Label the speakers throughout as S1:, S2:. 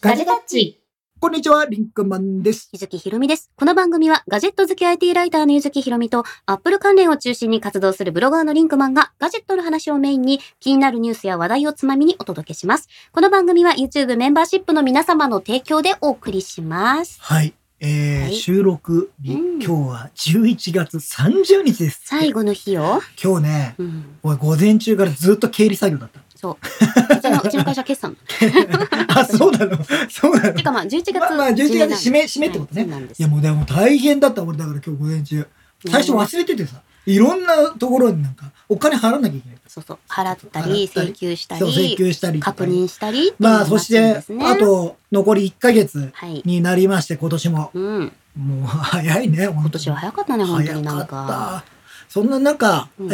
S1: ガジェタッチ。
S2: こんにちは、リンクマンです。
S1: ゆずきひろみです。この番組はガジェット好き IT ライターのゆずきひろみとアップル関連を中心に活動するブロガーのリンクマンがガジェットの話をメインに気になるニュースや話題をつまみにお届けします。この番組は YouTube メンバーシップの皆様の提供でお送りします。
S2: はい。収録日、今日は11月30日です。
S1: 最後の日よ。
S2: 今日ね、俺午前中からずっと経理作業だった。
S1: そう。うちの会社決算。
S2: あ、そうなのそうなの
S1: てか11月。
S2: まあ11月締めってことね。いやもうでも大変だった。俺だから今日午前中。最初忘れててさ、いろんなところになんかお金払わなきゃいけない。
S1: そう。払ったり、請求したり、確認したり。
S2: まあそして、あと残り1ヶ月になりまして、今年も。もう早いね。
S1: 今年は早かったね、本当になんか。
S2: 早かった。そんな中、我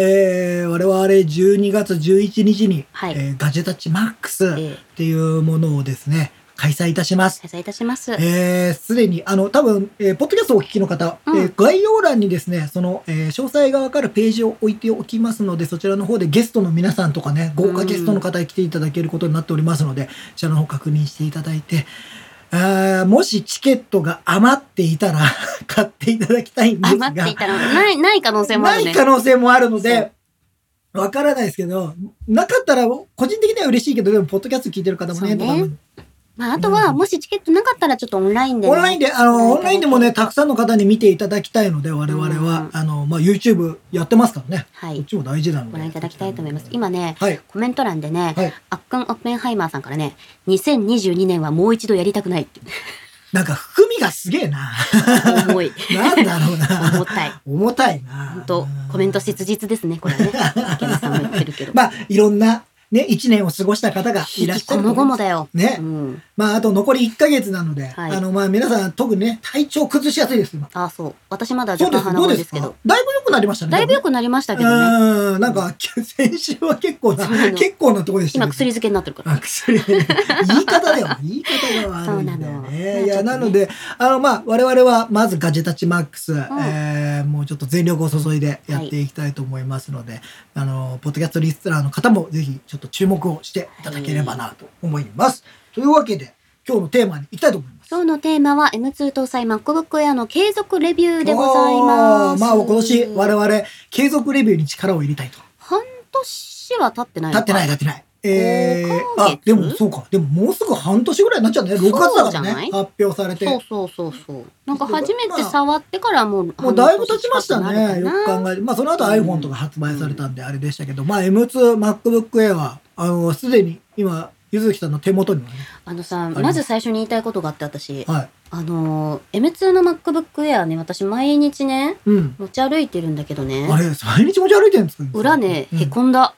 S2: 々12月11日に、ガジェタッチマックスっていうものをですね、開催いたします。
S1: 開催いたします。
S2: すでに、多分、ポッドキャストをお聞きの方、概要欄にですね、その、詳細がわかるページを置いておきますので、そちらの方でゲストの皆さんとかね、豪華ゲストの方に来ていただけることになっておりますので、こちらの方確認していただいて、もしチケットが余っていたら買っていただきたいんですが。
S1: 余っていたらない可能性もあるね。
S2: ない可能性もあるので、わからないですけど、なかったら個人的には嬉しいけど、でもポッドキャスト聞いてる方もね、とかも。
S1: まあ、あとは、もしチケットなかったらちょっとオンラインで。
S2: オンラインでもね、たくさんの方に見ていただきたいので、我々は、YouTube やってますからね。はい。こっちも大事なので。
S1: ご覧いただきたいと思います。今ね、コメント欄でね、アックン・オッペンハイマーさんからね、2022年はもう一度やりたくないって。
S2: なんか含みがすげえな。
S1: 重い。
S2: なんだろうな。
S1: 重たい。
S2: 重たいな。
S1: 本当コメント切実ですね、これね。池田さんも言ってるけど。
S2: まあ、いろんな、ね、1年を過ごした方がいらっしゃる。
S1: この後もだよ。
S2: ね。まあ、あと残り1ヶ月なので、皆さん特にね、体調崩しやすいです、今。
S1: あ、そう。私まだ若干鼻声ですけど。
S2: だいぶ良くなりましたね。
S1: だいぶ良くなりましたけどね。
S2: なんか、先週は結構なところでしたね。
S1: 今薬漬けになってるから。
S2: 言い方だよ。言い方が悪いんだよね。いや、なので、我々はまずガジェタッチマックス、もうちょっと全力を注いでやっていきたいと思いますので、ポッドキャストリスナーの方もぜひ、ちょっと注目をしていただければなと思います。というわけで、今日のテーマに行きたいと思います。
S1: 今日のテーマは M2 搭載 MacBook Air の継続レビューでございます。
S2: まあ今年我々継続レビューに力を入れたいと。
S1: 半年は経ってないのか。
S2: 経ってない。でもそうか。でももうすぐ半年ぐらいになっちゃうんだね。6月だからね。発表されて。
S1: そう。なんか初めて触ってからもう
S2: だいぶ経ちましたね。よく考えて。まあその後 iPhone とか発売されたんであれでしたけど、まあ M2 MacBook Air はすでに今ゆずきさんの手元にはね。
S1: まず最初に言いたいことがあって私。M2 の MacBook Air ね、私毎日ね、持ち歩いてるんだけどね。
S2: あれ、毎日持ち歩いてるんですか？
S1: 裏ね、へこんだ。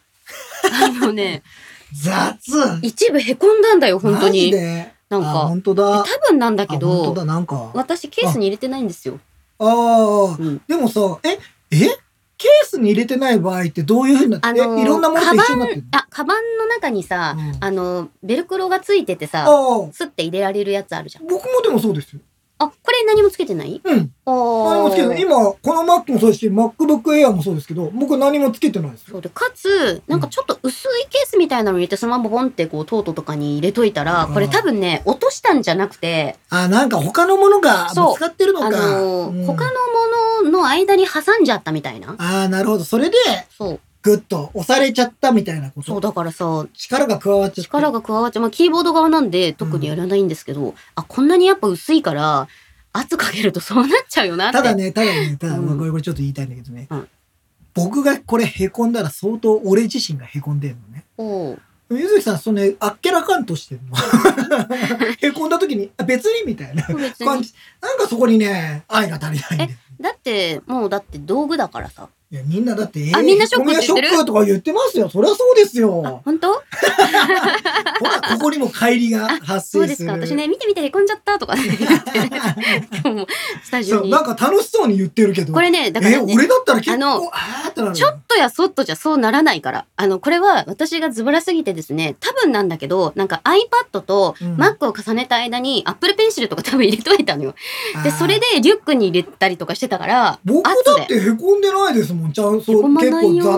S2: 雑！
S1: 一部へこんだんだよ、本当に。なんか、
S2: 本当だ。
S1: 多分なんだけど、
S2: 本当だ、なんか。
S1: 私ケースに入れてないんですよ。
S2: でもさ、ケースに入れてない場合ってどういうふうになっていろんなものと一緒になってるの？
S1: カバンの中にさ、ベルクロがついててさ、スッて入れられるやつあるじゃん。
S2: 僕もでもそうですよ。
S1: あ、これ何もつけてない？
S2: 何もつけてない。今、この Mac もそうですし、MacBook Air もそうですけど、僕何もつけてないですよ。
S1: そうで、かつ、なんかちょっと薄いケースみたいなの入れて、そのままボンってこう、トートとかに入れといたら、これ多分ね、落としたんじゃなくて、
S2: なんか他のものがぶつかってるのか。
S1: 他のものの間に挟んじゃったみたいな。
S2: なるほど。それで、グッと押されちゃったみたいなこと。
S1: そう、だからさ、
S2: 力が加わっちゃって。
S1: まあ、キーボード側なんで特にやらないんですけど、こんなにやっぱ薄いから、圧かけるとそうなっちゃうよなって。
S2: ただね、これちょっと言いたいんだけどね。僕がこれ凹んだら相当俺自身が凹んでるのね。ゆずきさん、あっけらかんとしてるの。凹んだ時に、別にみたいな感じ。なんかそこにね、愛が足りないんで。
S1: だって道具だからさ。
S2: いや、みんなだって、
S1: みんなショックって言ってる？
S2: ショックとか言ってますよ。そりゃそうですよ。
S1: 本当？
S2: ほら、ここにも乖離が発生する。
S1: そうですか。私ね、見てへこんじゃったとかね。今日もスタジオに。
S2: なんか楽しそうに言ってるけど。
S1: これね、だからね。
S2: 俺だったら結構、
S1: ちょっとやそっとじゃそうならないから。これは私がズボラすぎてですね、多分なんだけど、なんか iPad と Mac を重ねた間に Apple Pencil とか多分入れといたのよ。で、それでリュックに入れたりとかしてたから、
S2: 僕だってへこんでないですもん。ちゃんと結構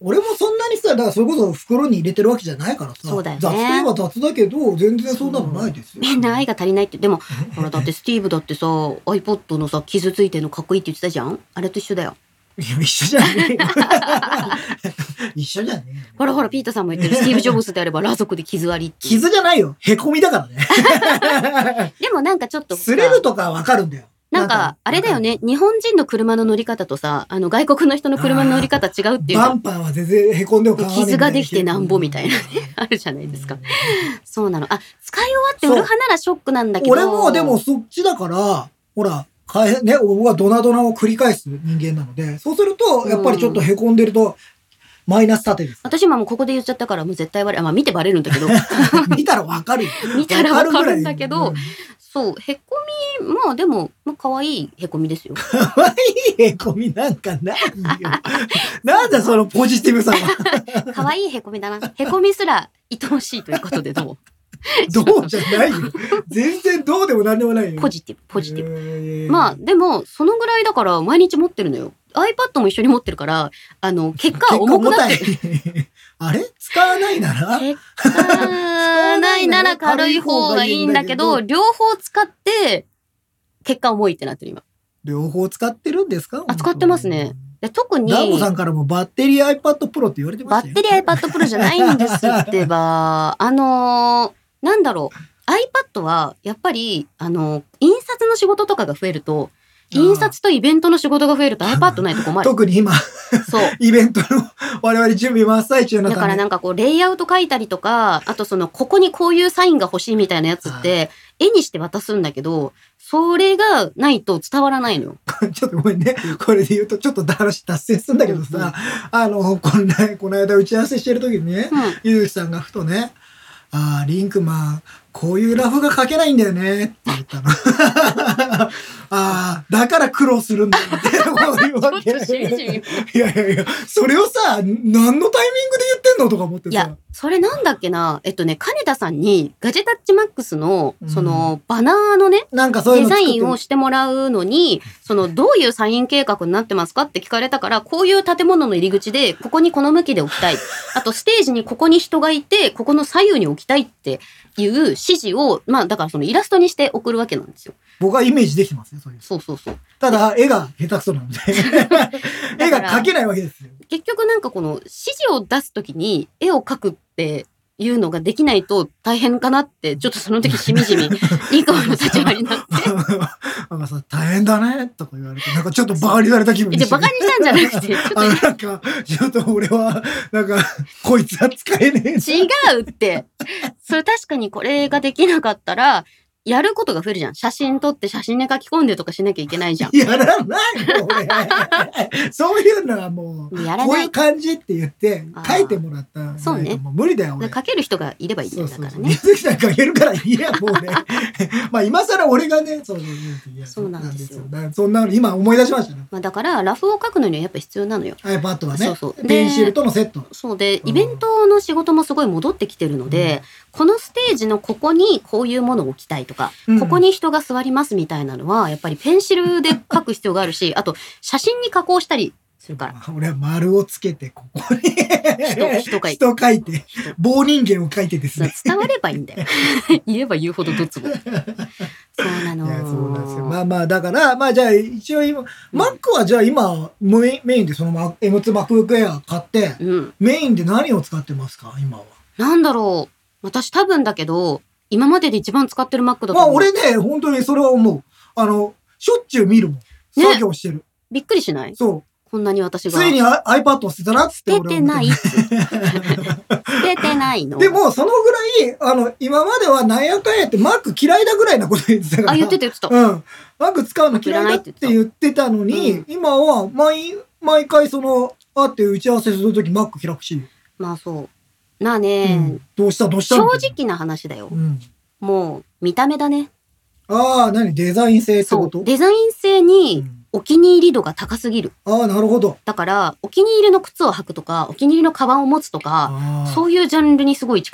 S2: 俺もそんなにさ、だからそれこそ袋に入れてるわけじゃないからさ。
S1: そうだよね。
S2: 雑といえば雑だけど、全然そんなのないですよ。
S1: みんな愛が足りないって。でも、ほら、だってスティーブだってさ、iPod のさ、傷ついてるのかっこいいって言ってたじゃん。あれと一緒だよ。
S2: いや、一緒じゃねえよ。一緒じゃねえよ。
S1: ほらほら、ピーターさんも言ってる。スティーブ・ジョブズであれば、裸族で傷ありっていう。
S2: 傷じゃないよ。へこみだからね。
S1: でもなんかちょっとさ。
S2: 擦れるとかわかるんだよ。
S1: なんか、あれだよね。日本人の車の乗り方とさ、外国の人の車の乗り方違うっていうか。
S2: バンパーは全然へこんでも変わらない。
S1: 傷ができてなんぼみたいなね。あるじゃないですか。そうなの。あ、使い終わって売る派ならショックなんだけど。
S2: 俺もでもそっちだから、ほら、ね、僕はドナドナを繰り返す人間なので、そうすると、やっぱりちょっとへこんでると、マイナス縦です。
S1: 私もうここで言っちゃったから、もう絶対まあ見てバレるんだけど。
S2: 見たらわかるよ。
S1: 見たらわかるんだけど、そう、へこみ、まあでも、可愛いへこみですよ。
S2: 可愛いへこみなんかないよ。なんだそのポジティブさは。
S1: 可愛いへこみだな。へこみすら愛おしいということでどう
S2: どうじゃないよ。全然どうでもなんでもないよ。
S1: ポジティブ、ポジティブ。まあ、でも、そのぐらいだから毎日持ってるのよ。iPad も一緒に持ってるから、結果重くなってる。
S2: あれ使わないなら
S1: 使わないなら軽い方がいいんだけど、両方使って、結果重いってなってる今。
S2: 両方使ってるんですか？
S1: 使ってますね。で特に。
S2: ダンボさんからもバッテリー iPad Pro って言われてましたよ。
S1: バッテリー iPad Pro じゃないんですってば、なんだろう。iPad は、やっぱり、印刷の仕事とかが増えると、印刷とイベントの仕事が増えると iPad ないと困る。
S2: 特に今、そう。イベントの我々準備真っ最中な
S1: だからなんかこう、レイアウト書いたりとか、あとここにこういうサインが欲しいみたいなやつって、絵にして渡すんだけど、それがないと伝わらないのよ。
S2: ちょっとごめんね。これで言うとちょっと話脱線するんだけどさ、この間打ち合わせしてる時にね、ゆずきさんがふとね、リンクマン、こういうラフが書けないんだよねって言ったの。だから苦労するんだっていうわけ。いや、それをさ、何のタイミングで言ってんのとか思ってさ。
S1: いや、それなんだっけな。金田さんにガジェタッチマックスの、バナーのね、
S2: なんかそういう
S1: デザインをしてもらうのに、どういうサイン計画になってますかって聞かれたから、こういう建物の入り口で、ここにこの向きで置きたい。あと、ステージにここに人がいて、ここの左右に置きたいっていう指示を、まあ、だからイラストにして送るわけなんですよ。
S2: 僕はイメージできてますよ、
S1: そう。
S2: ただ、絵が下手くそなので。絵が描けないわけですよ。
S1: 結局なんか指示を出すときに絵を描くっていうのができないと大変かなって、ちょっとその時しみじみ、リンカマンの立場になって。
S2: なんかさ、大変だね、とか言われて、なんかちょっとバカにされた気分でした。
S1: バカにしたんじゃなくて、
S2: ちょっと俺は、なんか、こいつは使えねえ。
S1: 違うって。それ確かにこれができなかったら、やることが増えるじゃん。写真撮って写真で書き込んでとかしなきゃいけないじゃん。
S2: やらないよ、俺。そういうのはもう、こういう感じって言って、書いてもらった。
S1: そうね。
S2: もう無理だよ、俺。
S1: 書ける人がいればいいんだよ、だからね。
S2: 水木さん書けるからいいや、もうね。まあ今更俺がね、
S1: そうなんですよ。
S2: そんなの今思い出しましたね。
S1: まあだから、ラフを書くのにはやっぱ必要なのよ。
S2: iPad はね。
S1: そう。
S2: ペンシルとのセット。
S1: そうで、イベントの仕事もすごい戻ってきてるので、このステージのここにこういうものを置きたいとか、ここに人が座りますみたいなのは、やっぱりペンシルで書く必要があるし、あと写真に加工したりするから。
S2: 俺は丸をつけて、ここに
S1: 人書
S2: いて、棒人間を書いてですね。
S1: 伝わればいいんだよ。言えば言うほどドツボ。そうなの。
S2: そうなんですよ。まあ、だから、まあじゃあ一応今、Mac はじゃあ今、メインでその M2 MacBook Air 買って、メインで何を使ってますか今は。
S1: なんだろう。私多分だけど、今までで一番使ってる Mac だと思う。
S2: まあ俺ね、本当にそれは思う。しょっちゅう見るもん。作業してる。
S1: びっくりしない？
S2: そう。
S1: こんなに私が。
S2: ついに iPad を捨てたなって。
S1: 捨ててない。捨ててないの。
S2: でも、そのぐらい、今まではなんやかんやって Mac 嫌いだぐらいなこと言ってたから。
S1: 言ってた。
S2: うん。Mac 使うの嫌いだって言ってたのに、今は毎回会って打ち合わせするとき Mac 開くし。
S1: まあそう。まあね、
S2: どうした
S1: 正直な話だよ。もう、見た目だね。
S2: デザイン性ってこと？
S1: デザイン性にお気に入り度が高すぎる。
S2: なるほど。
S1: だから、お気に入りの靴を履くとか、お気に入りのカバンを持つとか、そういうジャンルにすごい近い。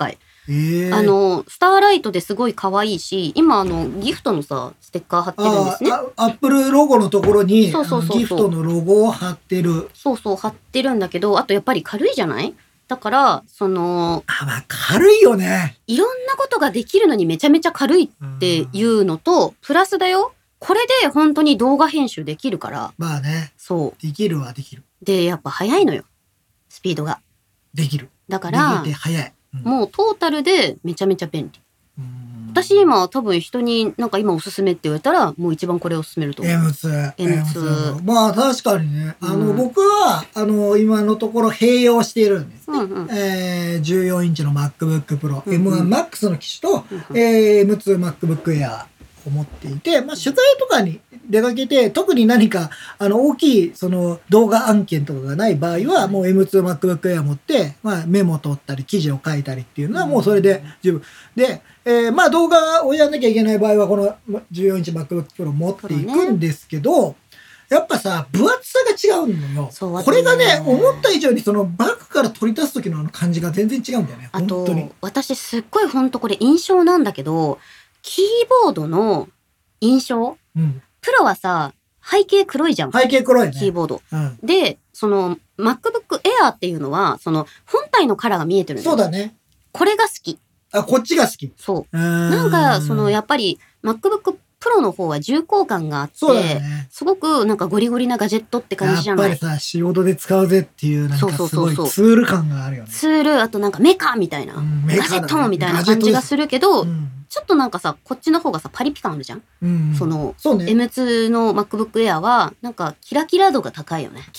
S1: スターライトですごい可愛いし、今ギフトのさ、ステッカー貼ってるんですね。
S2: アップルロゴのところに、
S1: そうそうそうそう
S2: ギフトのロゴを貼ってる。
S1: そうそう、貼ってるんだけど、あとやっぱり軽いじゃない？だから、
S2: まあ軽いよね。
S1: いろんなことができるのにめちゃめちゃ軽いっていうのと、プラスだよ。これで本当に動画編集できるから。
S2: まあね。
S1: そう。
S2: できるはできる。
S1: で、やっぱ早いのよ。スピードが。
S2: できる。
S1: だから、
S2: できて早い。
S1: もうトータルでめちゃめちゃ便利。私今多分人になんか今おすすめって言われたらもう一番これを勧めると思う。
S2: M2。まあ確かにね。僕は、今のところ併用しているんですね。14インチの MacBook Pro、M1 Max の機種と、M2 MacBook Air を持っていて、まあ取材とかに出かけて、特に何か、大きい、動画案件とかがない場合は、もう M2 MacBook Air 持って、まあメモ取ったり、記事を書いたりっていうのはもうそれで十分。で、まあ動画をやんなきゃいけない場合は、この14インチ MacBook Pro 持っていくんですけど、やっぱさ、分厚さが違うのよ。これがね、思った以上にバッグから取り出す時の感じが全然違うんだよね。
S1: あと、私すっごい本当これ印象なんだけど、キーボードの印象、プロはさ、背景黒いじゃん。
S2: 背景黒いね。
S1: キーボード。で、MacBook Air っていうのは、本体のカラーが見えてるんだよ。
S2: そうだね。
S1: これが好き。
S2: こっちが好き。
S1: そう。なんか、やっぱり MacBook Pro の方は重厚感があって、すごくなんかゴリゴリなガジェットって感じじゃない？
S2: やっぱりさ、仕事で使うぜっていうなんかすごいツール感があるよね。
S1: ツール、あとなんかメカみたいな、ガジェットみたいな感じがするけど、ちょっとなんかさ、こっちの方がさ、パリピ感あるじゃん？
S2: そうね。
S1: M2 の MacBook Air は、なんかキラキラ度が高いよね。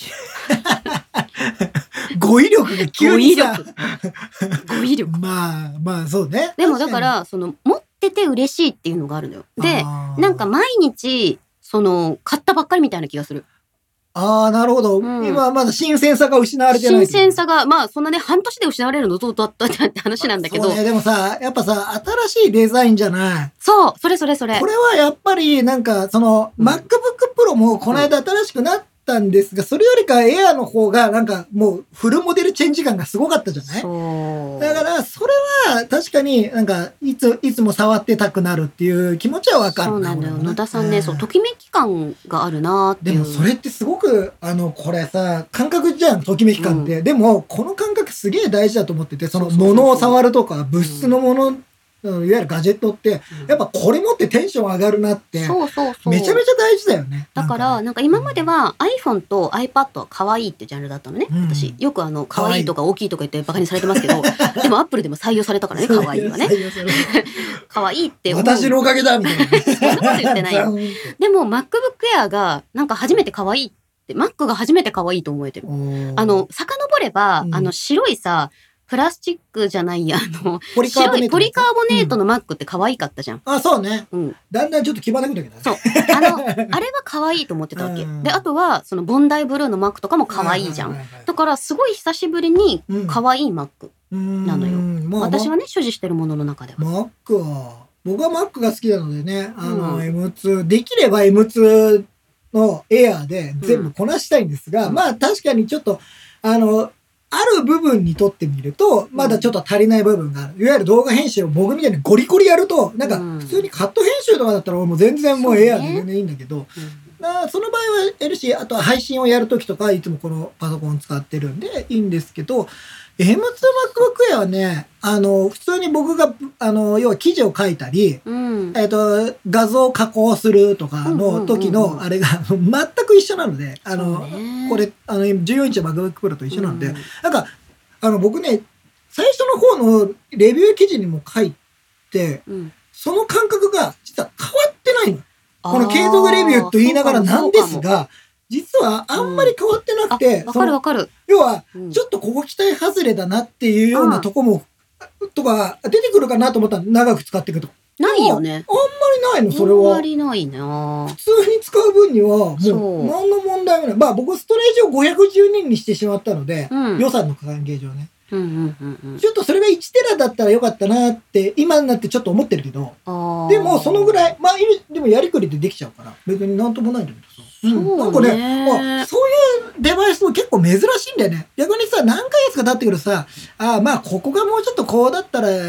S2: 語彙力が急にさ。
S1: 語彙力。
S2: まあ、そうね。
S1: でもだから、持ってて嬉しいっていうのがあるのよ。で、なんか毎日、買ったばっかりみたいな気がする。
S2: なるほど。今まだ新鮮さが失われてない。
S1: 新鮮さが、まあそんなね、半年で失われるのどうだったって話なんだけど。
S2: そうね、でもさ、やっぱさ、新しいデザインじゃない。
S1: そう、それ。これ
S2: はやっぱり、なんか、MacBook Pro もこの間新しくなったんですが、それよりか Air の方が、なんかもうフルモデルチェンジ感がすごかったじゃない？だから、それは確かになんか、いつも触ってたくなるっていう気持ちはわかる。
S1: そうなのよ。野田さんね、ときめき感があるなっていう。
S2: でもそれってすごく、これさ、感覚じゃん、ときめき感って。でも、この感覚すげえ大事だと思ってて、物を触るとか、物質のもの、いわゆるガジェットって、やっぱこれ持ってテンション上がるなって、めちゃめちゃ大事だよね。
S1: だから、なんか今までは iPhone と iPad は可愛いってジャンルだったのね。私、よく可愛いとか大きいとか言ってバカにされてますけど、でも Apple でも採用されたからね、可愛いはね。可愛いって思う。
S2: 私のおかげだみたいな。
S1: そんなこと言ってないよ。でも MacBook Air がなんか初めて可愛いって、Mac が初めて可愛いと思えてる。遡れば、白いさ、プラスチックじゃないや、白いポリカーボネートの Mac って可愛かったじゃん。
S2: そうね。だんだんちょっと気まなくだけどね。
S1: そう。あれは可愛いと思ってたわけ。で、あとは、ボンダイブルーの Mac とかも可愛いじゃん。だから、すごい久しぶりに可愛い Mac なのよ。私はね、所持してるものの中では。
S2: Mac は、僕は Mac が好きなのでね、M2、できれば M2 の Air で全部こなしたいんですが、まあ確かにちょっと、ある部分にとってみると、まだちょっと足りない部分がある。いわゆる動画編集を僕みたいにゴリゴリやると、なんか普通にカット編集とかだったらもう全然もうエアで全然いいんだけど、その場合はやるし、あとは配信をやるときとか、いつもこのパソコン使ってるんでいいんですけど、M2 MacBook Air はね、普通に僕が、要は記事を書いたり、画像加工するとかの時のあれが全く一緒なので、これ、14インチの MacBook Pro と一緒なので、なんか、僕ね、最初の方のレビュー記事にも書いて、その感覚が実は変わってないの。この継続レビューと言いながらなんですが、実はあんまり変わってなくて、
S1: わかる。
S2: 要は、ちょっとここ期待外れだなっていうようなとこも、とか出てくるかなと思ったら長く使っていくと。
S1: ないよね。
S2: あんまりないの、それは。
S1: あんまりないな。
S2: 普通に使う分には、もう何の問題もない。まあ僕ストレージを512にしてしまったので、予算の関係上ね。ちょっとそれが1テラだったらよかったなって、今になってちょっと思ってるけど、でもそのぐらい、まあでもやりくりでできちゃうから、別になんともないんだけどさ。なんかね、そういうデバイスも結構珍しいんだよね。逆にさ、何ヶ月か経ってくるとさ、まあここがもうちょっとこうだったら、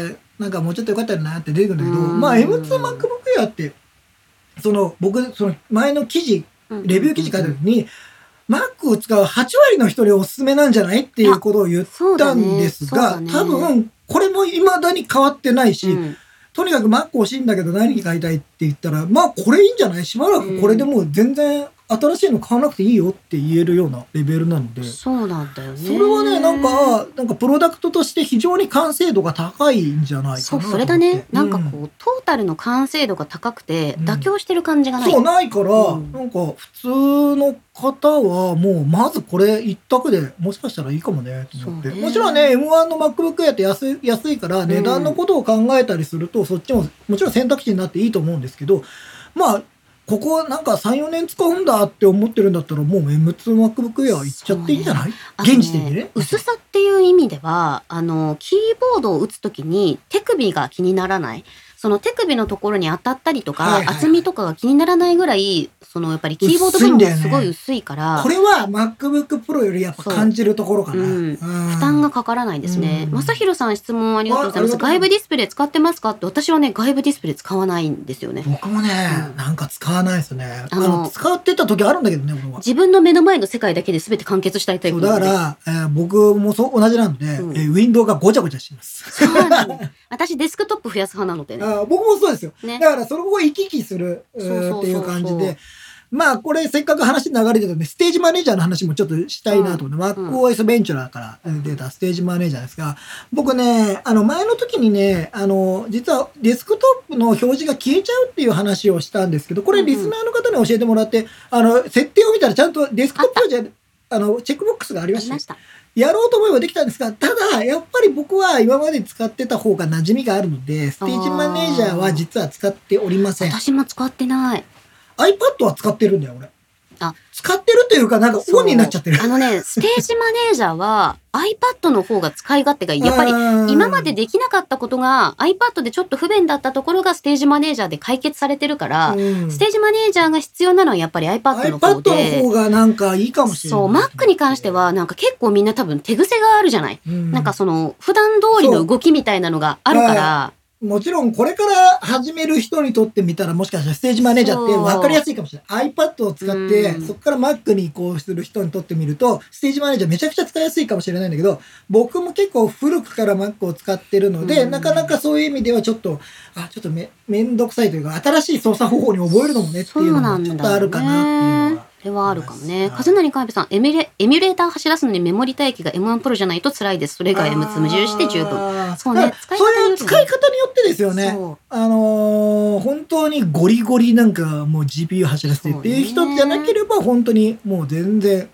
S2: なんかもうちょっと良かったなって出てくるんだけど、まあ M2MacBook Airって、僕、前の記事、レビュー記事書いた時に、Mac を使う8割の人におすすめなんじゃないっていうことを言ったんですが、多分、これも未だに変わってないし、とにかく Mac 欲しいんだけど何買いたいって言ったら、まあこれいいんじゃない？しばらくこれでもう全然新しいの買わなくていいよって言えるようなレベルなので。
S1: そうなんだよね。
S2: それはね、なんかプロダクトとして非常に完成度が高いんじゃないかなと思って。
S1: そう、それだね。なんかこう、トータルの完成度が高くて、妥協してる感じがない。
S2: そう、ないから、なんか普通の方はもうまずこれ一択でもしかしたらいいかもねと思って。もちろんね、M1 の MacBook Air って安いから値段のことを考えたりすると、そっちももちろん選択肢になっていいと思うんですけど、まあ、ここなんか3、4年使うんだって思ってるんだったらもう M2MacBook Air いっちゃっていいんじゃない？現時点でね。
S1: 薄さっていう意味では、キーボードを打つときに手首が気にならない。その手首のところに当たったりとか、厚みとかが気にならないぐらい、やっぱりキーボード部分がすごい薄いから。
S2: これは MacBook Pro よりやっぱ感じるところかな。
S1: 負担がかからないですね。正弘さん質問ありがとうございます。外部ディスプレイ使ってますかって、私はね、外部ディスプレイ使わないんですよね。
S2: 僕もね、なんか使わないですね。使ってた時あるんだけどね、俺は。
S1: 自分の目の前の世界だけで全て完結したいタイプ
S2: だから、僕も同じなので、ウィンドウがごちゃごちゃしてます。
S1: そうなんだ。私デスクトップ増やす派なのでね。
S2: 僕もそうですよ。だからそれを行き来するっていう感じで。まあこれせっかく話流れてたんで、ステージマネージャーの話もちょっとしたいなと思って、MacOS ベンチュラーから出たステージマネージャーですが、僕ね、前の時にね、実はデスクトップの表示が消えちゃうっていう話をしたんですけど、これリスナーの方に教えてもらって、設定を見たらちゃんとデスクトップ表示チェックボックスがありました。やろうと思えばできたんですが、ただ、やっぱり僕は今まで使ってた方が馴染みがあるので、ステージマネージャーは実は使っておりません。
S1: 私も使ってない。
S2: iPad は使ってるんだよ、俺。使ってるというか、なんかオンになっちゃってる。
S1: ステージマネージャーは iPad の方が使い勝手がいい。やっぱり今までできなかったことが iPad でちょっと不便だったところがステージマネージャーで解決されてるから、ステージマネージャーが必要なのはやっぱり iPad の方で。
S2: iPad の方がなんかいいかもしれない。
S1: そう、Mac に関してはなんか結構みんな多分手癖があるじゃない。なんか普段通りの動きみたいなのがあるから。
S2: もちろんこれから始める人にとってみたらもしかしたらステージマネージャーって分かりやすいかもしれない。iPad を使ってそこから Mac に移行する人にとってみるとステージマネージャーめちゃくちゃ使いやすいかもしれないんだけど、僕も結構古くから Mac を使ってるので、なかなかそういう意味ではちょっとめんどくさいというか、新しい操作方法に覚えるのもねっていうのもちょっとあるかなっていうのは。
S1: それはあるかもね。和成海部さん、エミュレーター走らすのにメモリ帯域が M1 プロじゃないと辛いです。それ以外 M2 無印で十分。そうね。
S2: そういう使い方によってですよね。本当にゴリゴリなんかもう GPU 走らせてっていう人じゃなければ、本当にもう全然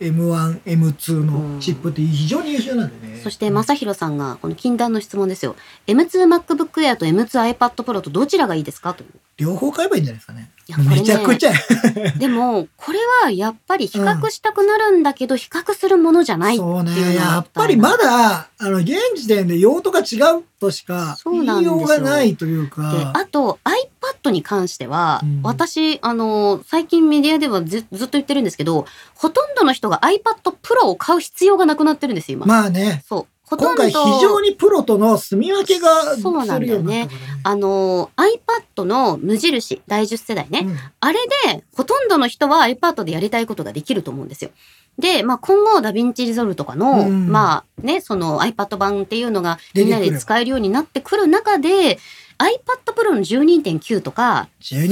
S2: M1、M2 のチップって非常に優秀なんでね。
S1: そして正弘さんがこの禁断の質問ですよ。M2MacBook Air と M2iPad Pro とどちらがいいですかと。
S2: 両方買えばいいんじゃないですかね。めちゃくちゃ。
S1: でも、これはやっぱり比較したくなるんだけど、比較するものじゃないっていうのは。そうね。
S2: やっぱりまだ、現時点で用途が違うとしか言いようがないというか。
S1: で、あと iPad に関しては、私、最近メディアではずっと言ってるんですけど、ほとんどの人が iPad Pro を買う必要がなくなってるんですよ、今。
S2: まあね。
S1: そう。
S2: 今回非常にプロとの住み分けが
S1: そうなんだよね。iPad の無印第10世代ね。あれで、ほとんどの人は iPad でやりたいことができると思うんですよ。で、今後ダヴィンチリゾルとかの、iPad 版っていうのがみんなで使えるようになってくる中で、iPad Pro の 12.9 とか、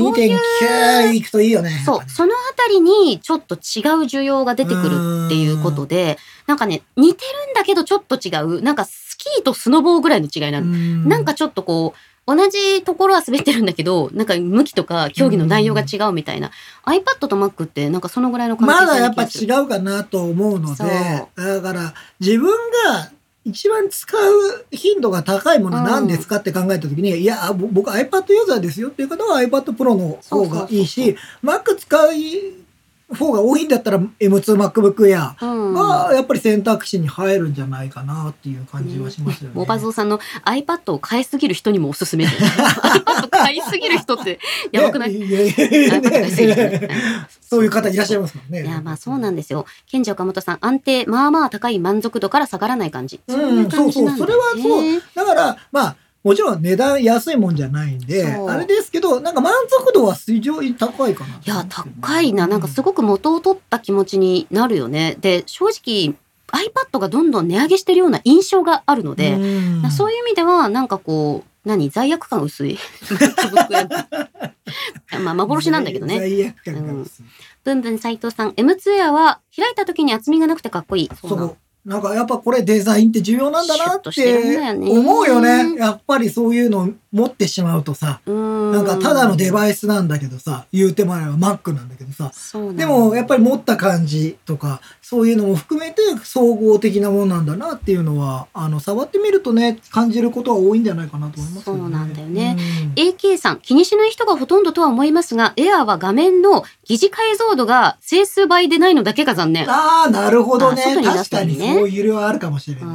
S2: 12.9 いくといいよね。
S1: そう。そのあたりにちょっと違う需要が出てくるっていうことで、なんかね、似てるんだけどちょっと違う。なんかスキーとスノボーぐらいの違いなんかちょっと同じところは滑ってるんだけど、なんか向きとか競技の内容が違うみたいな。iPad と Mac ってなんかそのぐらいの
S2: 感じまだやっぱ違うかなと思うので、だから自分が一番使う頻度が高いものは何ですかって考えたときに、いや、僕 iPad ユーザーですよっていう方は iPad Pro の方がいいし、Mac 使う方が多いんだったら M2MacBook Air がやっぱり選択肢に入るんじゃないかなっていう感じはしますよね。
S1: モバゾーさんの iPad を買いすぎる人にもおすすめ。iPad 買いすぎる人ってやばくない？
S2: そういう方いらっしゃいますもんね。
S1: いや、まあそうなんですよ。ケンジ岡本さん、安定、まあまあ高い満足度から下がらない感じ。そういう感じなんだね。
S2: それはそう。だから、まあ、 もちろん値段安いもんじゃないんで、
S1: そう
S2: あれですけど、なんか満足度は非常に高いかな。
S1: いや、高いな。なんかすごく元を取った気持ちになるよね。で、正直 iPad がどんどん値上げしてるような印象があるので、そういう意味では、なんかこう、罪悪感薄い。まあ、幻なんだけどね。
S2: 罪悪感が薄い。
S1: ブンブン斉藤さん、M2 Air は開いた時に厚みがなくてかっこいい。
S2: そうなんかやっぱこれデザインって重要なんだなって思うよね。やっぱりそういうの持ってしまうとさ、なんかただのデバイスなんだけどさ、言うてもらえば Mac なんだけどさ、でもやっぱり持った感じとか、そういうのも含めて総合的なものなんだなっていうのは、触ってみるとね、感じることは多いんじゃないかなと思いますけどね。
S1: そうなんだよね。AK さん、気にしない人がほとんどとは思いますが、Air は画面の疑似解像度が整数倍でないのだけが残念。
S2: ああ、なるほどね。確かにそういうのはあるかもしれない。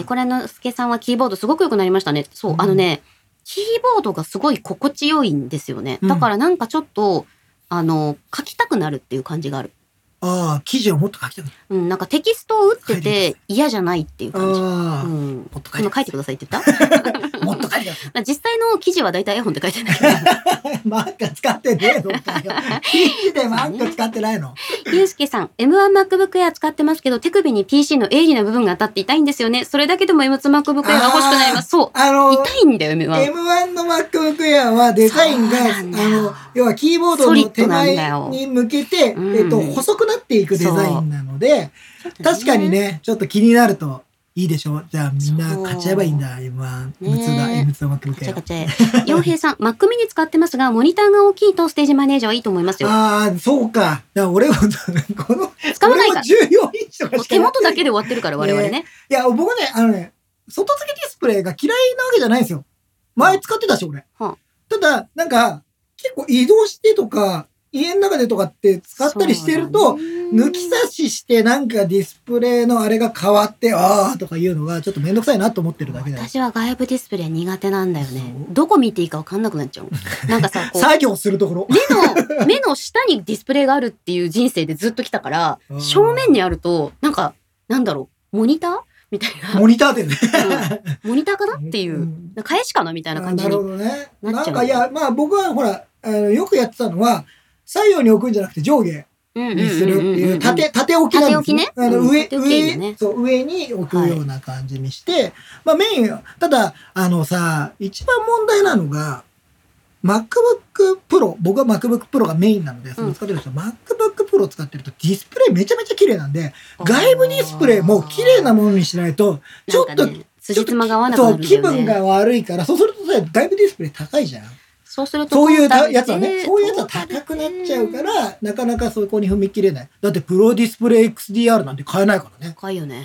S1: これのすけさんはキーボードすごく良くなりましたね。そう、キーボードがすごい心地よいんですよね。だからなんかちょっと、書きたくなるっていう感じがある。
S2: ああ、記事をもっと書きたくな
S1: る。なんかテキストを打ってて嫌じゃないっていう感じ。もっと書いてくださいって言った
S2: もっと書いてください。
S1: 実際の記事はだいたい絵本って書いてないけど。
S2: マック使ってねえのかよ。記事でマック使ってないの。
S1: ゆうすけさん、M1MacBook Air 使ってますけど、手首に PC の鋭利な部分が当たって痛いんですよね。それだけでも M2MacBook Air が欲しくなります。そう。痛いんだよ、M1。
S2: M1 の MacBook Air はデザインが、要はキーボードの手前に向けて、細くなっていくデザインなので、確かにね、ちょっと気になるといいでしょ。じゃあみんな買っちゃえばいいんだ、M1、M2 だ、M2 の MacBook Air。
S1: 洋平さん、Mac mini 使ってますが、モニターが大きいとステージマネージャーはいいと思いますよ。
S2: ああ、そうか。俺も、
S1: 使わないから。
S2: 14インチとかしか
S1: 手元だけで終わってるから、我々ね。
S2: いや、僕ね、外付けディスプレイが嫌いなわけじゃないんですよ。前使ってたし、俺。ただ、なんか、結構移動してとか、家の中でとかって使ったりしてると、抜き差ししてなんかディスプレイのあれが変わって、あーとかいうのがちょっとめんどくさいなと思ってるだけだよ。
S1: 私は外部ディスプレイ苦手なんだよね。どこ見ていいか分かんなくなっちゃう。なんかさ、
S2: こう。作業するところ。
S1: 目の下にディスプレイがあるっていう人生でずっと来たから、正面にあると、なんか、なんだろう、モニターみたいな。
S2: モニターでね。
S1: モニターかなっていう。返しかなみたいな感じになっちゃう。
S2: なるほどね。なんかいや、まあ僕はほら、よくやってたのは、左右に置くんじゃなくて上下にするっていう、縦置きなんですね。上に置くような感じにして、まあメイン、ただ、一番問題なのが、MacBook Pro、僕は MacBook Pro がメインなので、それ使ってる人、MacBook Pro 使ってるとディスプレイめちゃめちゃ綺麗なんで、外部ディスプレイも綺麗なものにしないと、ちょっと、
S1: 辻褄が合わなくなるんだよね。
S2: 気分が悪いから、そうすると外部ディスプレイ高いじゃん。
S1: そうすると
S2: そういうやつはね、そういうやつは高くなっちゃうから、なかなかそこに踏み切れない。だってプロディスプレイ XDR なんて買えないからね。
S1: 高いよね。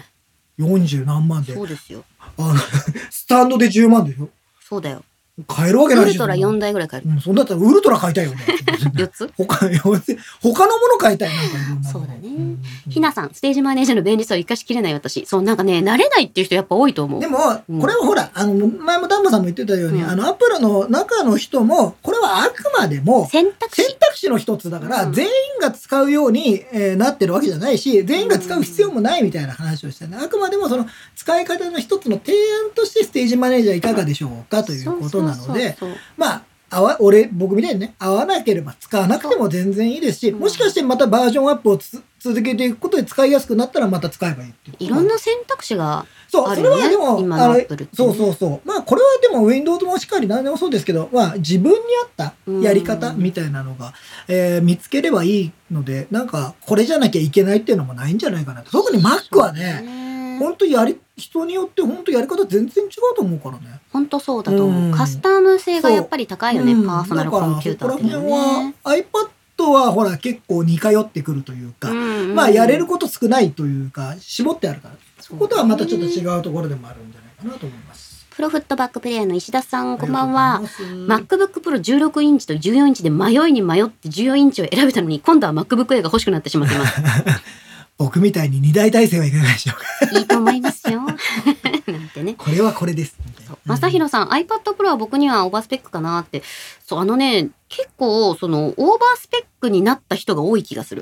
S2: 40何万で。
S1: そうですよ。
S2: スタンドで10万でしょ。
S1: そうだよ。
S2: 買えるわけない
S1: し。ウルトラ4台ぐらい買える。
S2: そんだったらウルトラ買いたいよね。
S1: 4つ
S2: 他のもの買いたい。なんか
S1: そうだね。ひなさん、ステージマネージャーの便利さを生かしきれない私。そう、なんかね、慣れないっていう人やっぱ多いと思う。
S2: でも、これはほら、前もダンボさんも言ってたように、アップルの中の人も、これはあくまでも、選択肢の一つだから、全員が使うようになってるわけじゃないし、全員が使う必要もないみたいな話をしてね。あくまでもその、使い方の一つの提案としてステージマネージャーいかがでしょうかということなので、まあ、僕みたいにね、合わなければ使わなくても全然いいですし、もしかしてまたバージョンアップを続けていくことで使いやすくなったらまた使えばいいっていう。
S1: いろんな選択肢が
S2: そう、それはでも、
S1: 今のアップルってね。
S2: そう。まあ、これはでも Windows もしっかり何でもそうですけど、まあ、自分に合ったやり方みたいなのが、見つければいいので、なんか、これじゃなきゃいけないっていうのもないんじゃないかなと。特に Mac はね、本当人によって本当やり方全然違うと思うからね。
S1: 本当そうだと思う。カスタム性がやっぱり高いよね、パーソナルコンピューターっていうのはね。
S2: iPad はほら結構似通ってくるというか、まあやれること少ないというか、絞ってあるから。そことはまたちょっと違うところでもあるんじゃないかなと思います。
S1: プロフットバックプレイヤーの石田さん、こんばんは。MacBook Pro 16インチと14インチで迷いに迷って14インチを選べたのに、今度は MacBook Air が欲しくなってしまっています。
S2: 僕みたいに2台体制はいかがでしょう
S1: か。いいと思いますよ。なんてね。
S2: これはこれです。
S1: まさひろさん、iPad Pro は僕にはオーバースペックかなって。そう、結構、オーバースペックになった人が多い気がする。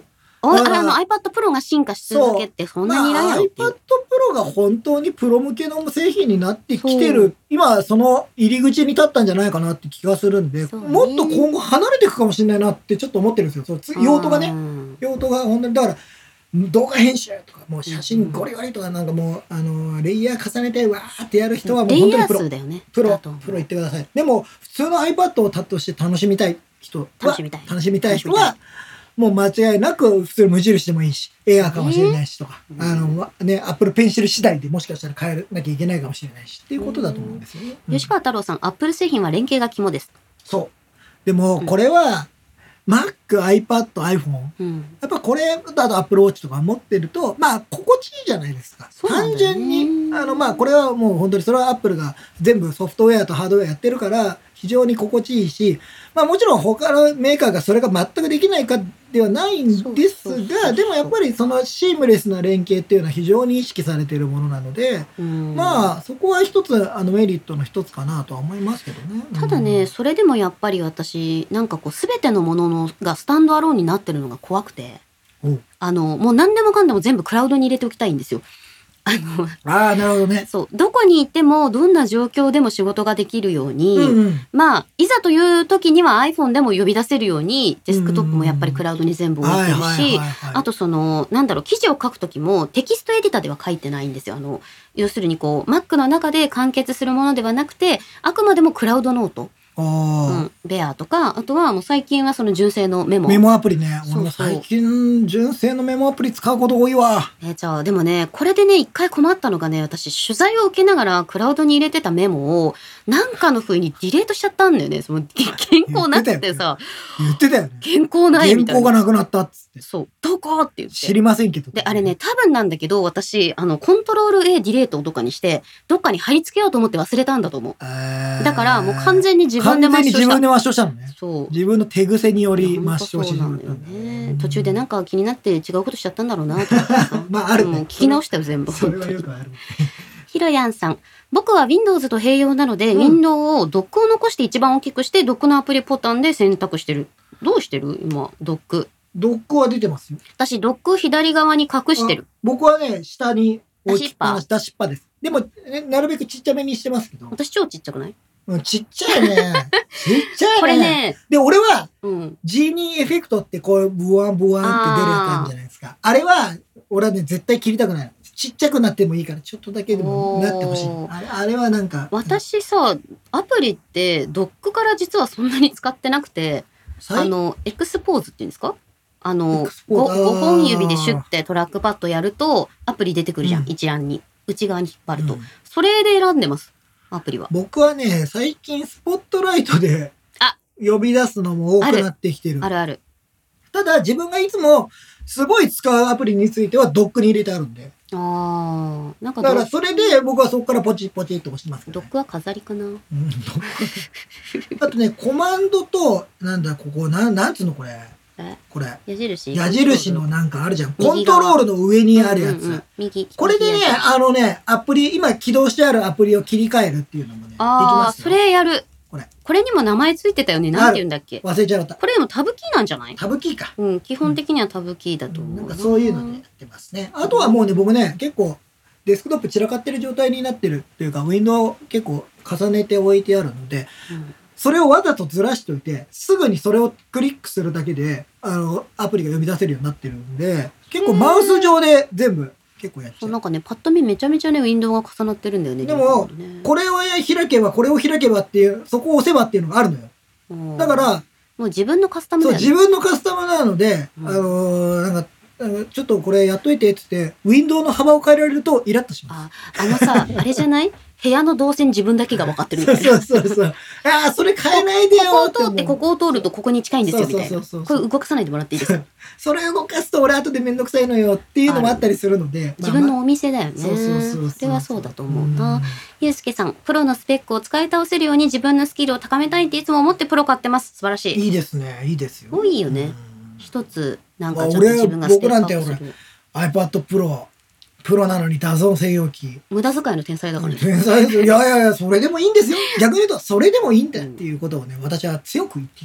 S1: iPad Pro が進化し続けてそんなにいらんやろっていう。
S2: iPad Pro が本当にプロ向けの製品になってきて
S1: そう
S2: る、今その入り口に立ったんじゃないかなって気がするんで、
S1: そうね
S2: もっと今後離れていくかもしれないなってちょっと思ってるんですよ。用途がね。用途が本当に、だから、動画編集とか、もう写真ゴリゴリとかなんかもう、レイヤー重ねてわーってやる人はもう
S1: レイヤー
S2: 本当にプロ。
S1: 数だよね。
S2: プロ
S1: だと思う
S2: 言ってください。でも、普通の iPad をタッチして楽しみたい人は、
S1: 楽しみたい
S2: 楽しみたい人は、もう間違いなく普通の無印でもいいし、エアーかもしれないしとか、Apple Pencil 次第でもしかしたら変えなきゃいけないかもしれないしっていうことだと思うんですよね。
S1: 吉川太郎さん、Apple 製品は連携が肝です。
S2: そう。でも、これは、Mac、iPad、iPhone。やっぱこれだと Apple Watch とか持ってると、まあ、心地いいじゃないですか。単純に、これはもう本当にそれは Apple が全部ソフトウェアとハードウェアやってるから、非常に心地いいし、まあもちろん他のメーカーがそれが全くできないかではないんですが、でもやっぱりそのシームレスな連携っていうのは非常に意識されているものなので、まあそこは一つメリットの一つかなとは思いますけどね。
S1: ただね、それでもやっぱり私、なんかこう全てのもののがスタンドアローンになってるのが怖くて、もう何でもかんでも全部クラウドに入れておきたいんですよ。
S2: なるほどね。
S1: そう。どこに行っても、どんな状況でも仕事ができるように、まあ、いざという時には iPhone でも呼び出せるように、デスクトップもやっぱりクラウドに全部置いてるし、あと記事を書く時もテキストエディターでは書いてないんですよ。要するにMac の中で完結するものではなくて、あくまでもクラウドノート。ベアとか、あとはもう最近はその純正のメモ。
S2: メモアプリね。俺も最近純正のメモアプリ使うこと多いわ。
S1: じゃあでもね、これでね、一回困ったのがね、私取材を受けながらクラウドに入れてたメモを、なんかの風にディレートしちゃったんだよね。原稿なくてさ。
S2: 言ってたよね。
S1: 原稿ないみたいな。
S2: 原稿がなくなったっつって。
S1: そう。どこって言って。
S2: 知りませんけど。
S1: で、あれね、多分なんだけど、私、コントロール A ディレートとかにして、どっかに貼り付けようと思って忘れたんだと思う。だからもう完全に自分で抹消した。
S2: 自分で抹消したのね。
S1: そう。
S2: 自分の手癖により抹消して
S1: たんだよね。途中でなんか気になって違うことしちゃったんだろうなと思ってさ。
S2: まあ、あるね。
S1: 聞き直したよ、全部。
S2: それはよくある。
S1: ひろやんさん。僕は Windows と併用なので、ウィンドウをドックを残して一番大きくして、ドックのアプリボタンで選択してる。どうしてる今、ドック。
S2: ドックは出てますよ。
S1: 私、ドック左側に隠してる。
S2: 僕はね、下に
S1: 出しっぱ。
S2: 出しっぱです。でも、なるべくちっちゃめにしてますけど。
S1: 私超ちっちゃくない？
S2: ちっちゃいね。ちっちゃいね。
S1: これね。
S2: で、俺は、ジーニーエフェクトってこう、ブワンブワンって出るやつあるじゃないですか。あれは、俺はね、絶対切りたくない。ちっちゃくなってもいいから、ちょっとだけでもなってほしい。あれはなんか。
S1: 私さ、アプリってドックから実はそんなに使ってなくて、エクスポーズっていうんですか？5本指でシュッてトラックパッドやると、アプリ出てくるじゃん、一覧に。内側に引っ張ると。それで選んでます、アプリは。
S2: 僕はね、最近スポットライトで呼び出すのも多くなってきてる。
S1: あるある。
S2: ただ、自分がいつもすごい使うアプリについてはドックに入れてあるんで。だからそれで僕はそこからポチポチって押してますけど、
S1: ドックは飾りかな。
S2: あとね、コマンドと、なんだ、ここ、なんつうのこれ。これ。矢印のなんかあるじゃん。コントロールの上にあるやつ。これでね、アプリ、今起動してあるアプリを切り替えるっていうのもね、できますよ。
S1: それやる。これにも名前ついてたよね。なんて言うんだっけ。
S2: 忘れちゃった。
S1: これでもタブキーなんじゃない？
S2: タブキーか。
S1: 基本的にはタブキーだと思う。
S2: なんかそういうのでやってますね。あとはもうね、僕ね、結構デスクトップ散らかってる状態になってるっていうか、ウィンドウを結構重ねて置いてあるので、それをわざとずらしておいて、すぐにそれをクリックするだけで、アプリが呼び出せるようになってるんで、結構マウス上で全部結構やっちゃう。
S1: なんかね、パッと見めちゃめちゃね、ウィンドウが重なってるんだよね。
S2: でも、これを開けば、これを開けばっていう、そこを押せばっていうのがあるのよ。だから、
S1: もう自分のカスタムだよね。
S2: そう、自分のカスタムなので、なんか、ちょっとこれやっといてっつって、ウィンドウの幅を変えられるとイラッとします。
S1: さ、あれじゃない？部屋の動線自分だけが分かってるみたい
S2: な。そう。それ変えないでよ
S1: ここを通ってここを通るとここに近いんですよみたいな。これ動かさないでもらっていいですか？
S2: それ動かすと俺後でめんどくさいのよっていうのもあったりするので。
S1: 自分のお店だよね。
S2: そう。
S1: それはそうだと思うな。ゆうすけさん、プロのスペックを使い倒せるように自分のスキルを高めたいっていつも思ってプロ買ってます。素晴らしい。
S2: いいですね。いいですよ。
S1: 多いよね。一つ、なんかちょっと自分がスペックアップする。
S2: iPad Pro。プロなのに画像専用機。
S1: 無駄遣いの天才だからね。
S2: 天才ですよ。いや、それでもいいんですよ。逆に言うと、それでもいいんだっていうことをね、私は強く言っていきたい。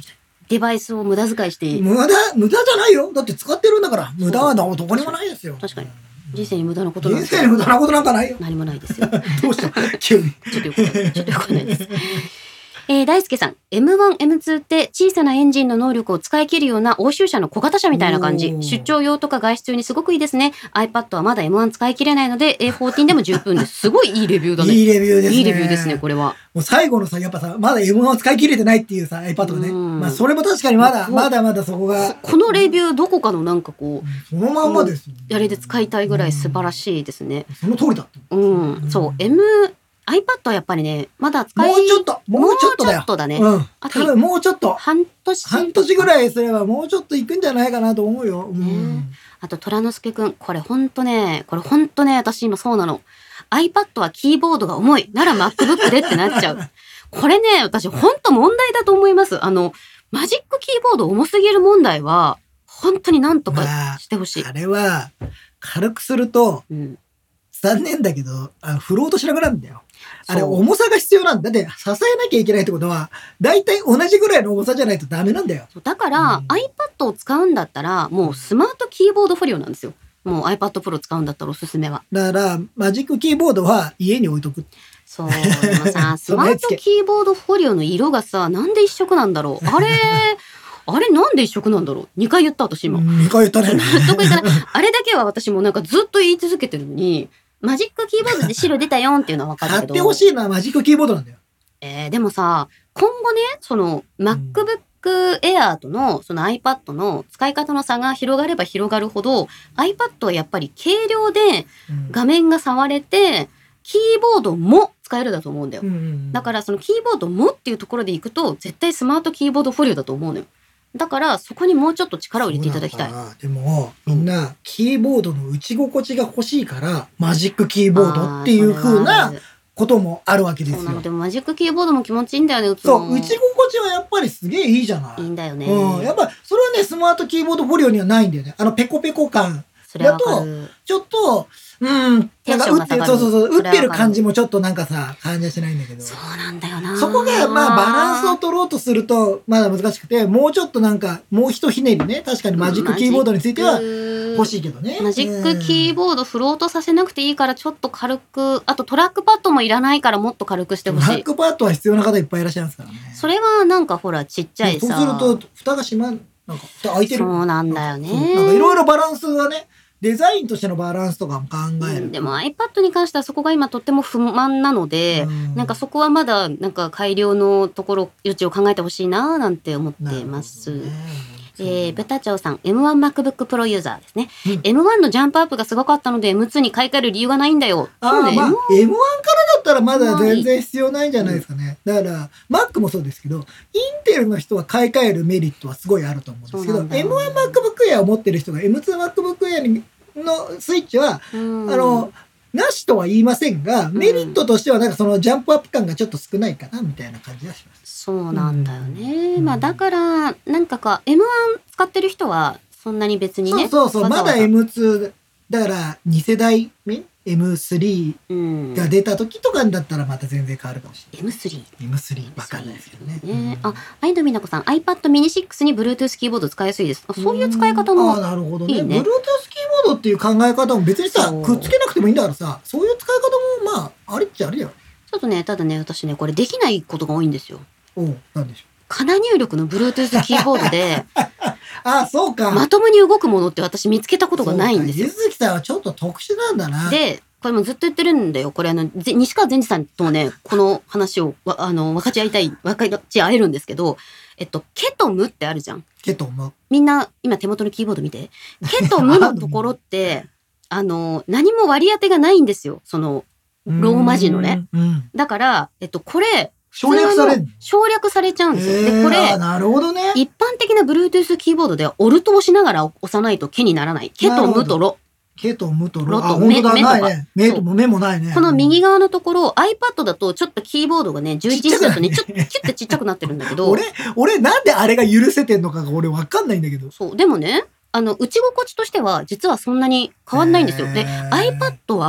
S1: デバイスを無駄遣いして。
S2: 無駄じゃないよ。だって使ってるんだから。無駄はどこにもないですよ。
S1: 確かに。人生に無駄なこと
S2: なんかないよ。
S1: 何もないですよ。
S2: どうした急に。
S1: ちょっとよくないです。大輔さん、M1、M2 って小さなエンジンの能力を使い切るような欧州車の小型車みたいな感じ。出張用とか外出用にすごくいいですね。iPad はまだ M1 使い切れないので A14 でも十分です。すごいいいレビューだね。
S2: いいレビューですね。
S1: いいレビューですね、これは。
S2: もう最後のさ、やっぱさ、まだ M1 を使い切れてないっていうさ、iPad がね。まあそれも確かにまだそこが。
S1: このレビューどこかのなんかこ
S2: う、そのまんまですよ。
S1: あれで使いたいぐらい素晴らしいですね。
S2: その通りだった。
S1: そう、iPad はやっぱりね、まだ
S2: もうちょっとだよ。
S1: だね。
S2: 多分もうちょっと。
S1: 半
S2: 年ぐらいすればもうちょっといくんじゃないかなと思うよ。
S1: あと、虎之助くん、これほんとね、私今そうなの。iPad はキーボードが重い。なら MacBook でってなっちゃう。これね、私ほんと問題だと思います。マジックキーボード重すぎる問題は、本当になんとかしてほしい。
S2: あれは、軽くすると、残念だけど、振ろうとしなくなるんだよ。あれ、重さが必要なんだ。だって、支えなきゃいけないってことは、だいたい同じぐらいの重さじゃないとダメなんだよ。
S1: だから、iPad を使うんだったら、もうスマートキーボードフォリオなんですよ。もう iPad Pro 使うんだったらおすすめは。
S2: だから、マジックキーボードは家に置いとく。
S1: そう、でもさ、スマートキーボードフォリオの色がさ、なんで一色なんだろう。あれなんで一色なんだろう。2回言った私今。
S2: 2回言ったね。
S1: 納得いかない。あれだけは私もなんかずっと言い続けてるのに、マジックキーボードで白出たよんっていうのは分かるけど。
S2: 買ってほしいのはマジックキーボードなんだよ。
S1: でもさ、今後ね、その MacBook Air とのその iPad の使い方の差が広がれば広がるほど、iPad はやっぱり軽量で画面が触れて、キーボードも使えるだと思うんだよ。だからそのキーボードもっていうところでいくと、絶対スマートキーボードフォリオだと思うのよ。だからそこにもうちょっと力を入れていただきたい。
S2: でもみんなキーボードの打ち心地が欲しいからマジックキーボードっていう風なこともあるわけですよ。
S1: でもマジックキーボードも気持ちいいんだよね。
S2: そう、打ち心地はやっぱりすげえいいじゃない。
S1: いいんだよね。
S2: やっぱそれはねスマートキーボードフォリオにはないんだよね。ペコペコ感だとちょっと
S1: テンションが下がる。
S2: 打ってる感じもちょっとなんかさ、感じはしないんだけど。
S1: そうなんだよな。
S2: そこが、バランスを取ろうとすると、まだ難しくて、もうちょっとなんか、もう一ひねりね、確かにマジックキーボードについては欲しいけどね。
S1: マジックキーボード振ろうとさせなくていいから、ちょっと軽く、あとトラックパッドもいらないからもっと軽くしてほしい。
S2: トラックパッドは必要な方いっぱいいらっしゃいますからね。
S1: それはなんかほら、ちっちゃいさ。
S2: そうすると、蓋がなんか、蓋開いてる。
S1: そうなんだよね。
S2: なんかいろいろバランスがね、デザインとしてのバランスとかも考える。
S1: でも iPad に関してはそこが今とっても不満なので、なんかそこはまだなんか改良のところ余地を考えてほしいななんて思ってます。ベタチョウさん M1MacBook Pro ユーザーですね、M1 のジャンプアップがすごかったので M2 に買い替える理由がないんだよ。
S2: そうね、M1 からだったらまだ全然必要ないんじゃないですかね。だから Mac もそうですけどインテルの人は買い替えるメリットはすごいあると思うんですけど、M1MacBook Air を持ってる人が M2MacBook Air のスイッチはなしとは言いませんが、メリットとしてはなんかそのジャンプアップ感がちょっと少ないかなみたいな感じがします。
S1: そうなんだよね。まあだからなんかM1 使ってる人はそんなに別にね。
S2: そうまだ M2 だから2世代目 M3 が出た時とかだったらまた全然変わるかもしれない。M3 わかんないですけどね。
S1: アイドミナコさん iPad mini 6に Bluetooth キーボード使いやすいです。そういう使い方もいいね。
S2: なるほどね。Bluetooth キーボードっていう考え方も別にさくっつけなくてもいいんだからさ、そういう使い方もまあありっちゃありよ。
S1: ちょっとね、ただね私ねこれできないことが多いんですよ。
S2: なんでしょう。
S1: かな入力の Bluetooth キーボードで
S2: そうか。
S1: まともに動くものって私見つけたことがないんですよ。
S2: ゆずきさんはちょっと特殊なんだな。
S1: で、これもずっと言ってるんだよ。これ西川善治さんともね、この話を分かち合えるんですけど、ケとムってあるじゃん。
S2: ケとム。
S1: みんな今手元のキーボード見て。ケとムのところって、何も割り当てがないんですよ。その、ローマ字のね。だから、これ、
S2: 省
S1: 略されちゃうんですよ。で、これ、
S2: なるほどね。
S1: 一般的な Bluetooth キーボードではオルトを押しながら押さないとケにならない。ケとムとロ。
S2: ケとムとロとメとか。メともメもないね。
S1: この右側のところ、iPad だとちょっとキーボードがね、11時だとね、ちょっとキュッてちっちゃくなってるんだけど。
S2: 俺なんであれが許せてんのかが俺わかんないんだけど。
S1: そう。でもね、打ち心地としては実はそんなに変わんないんですよ。で、iPad は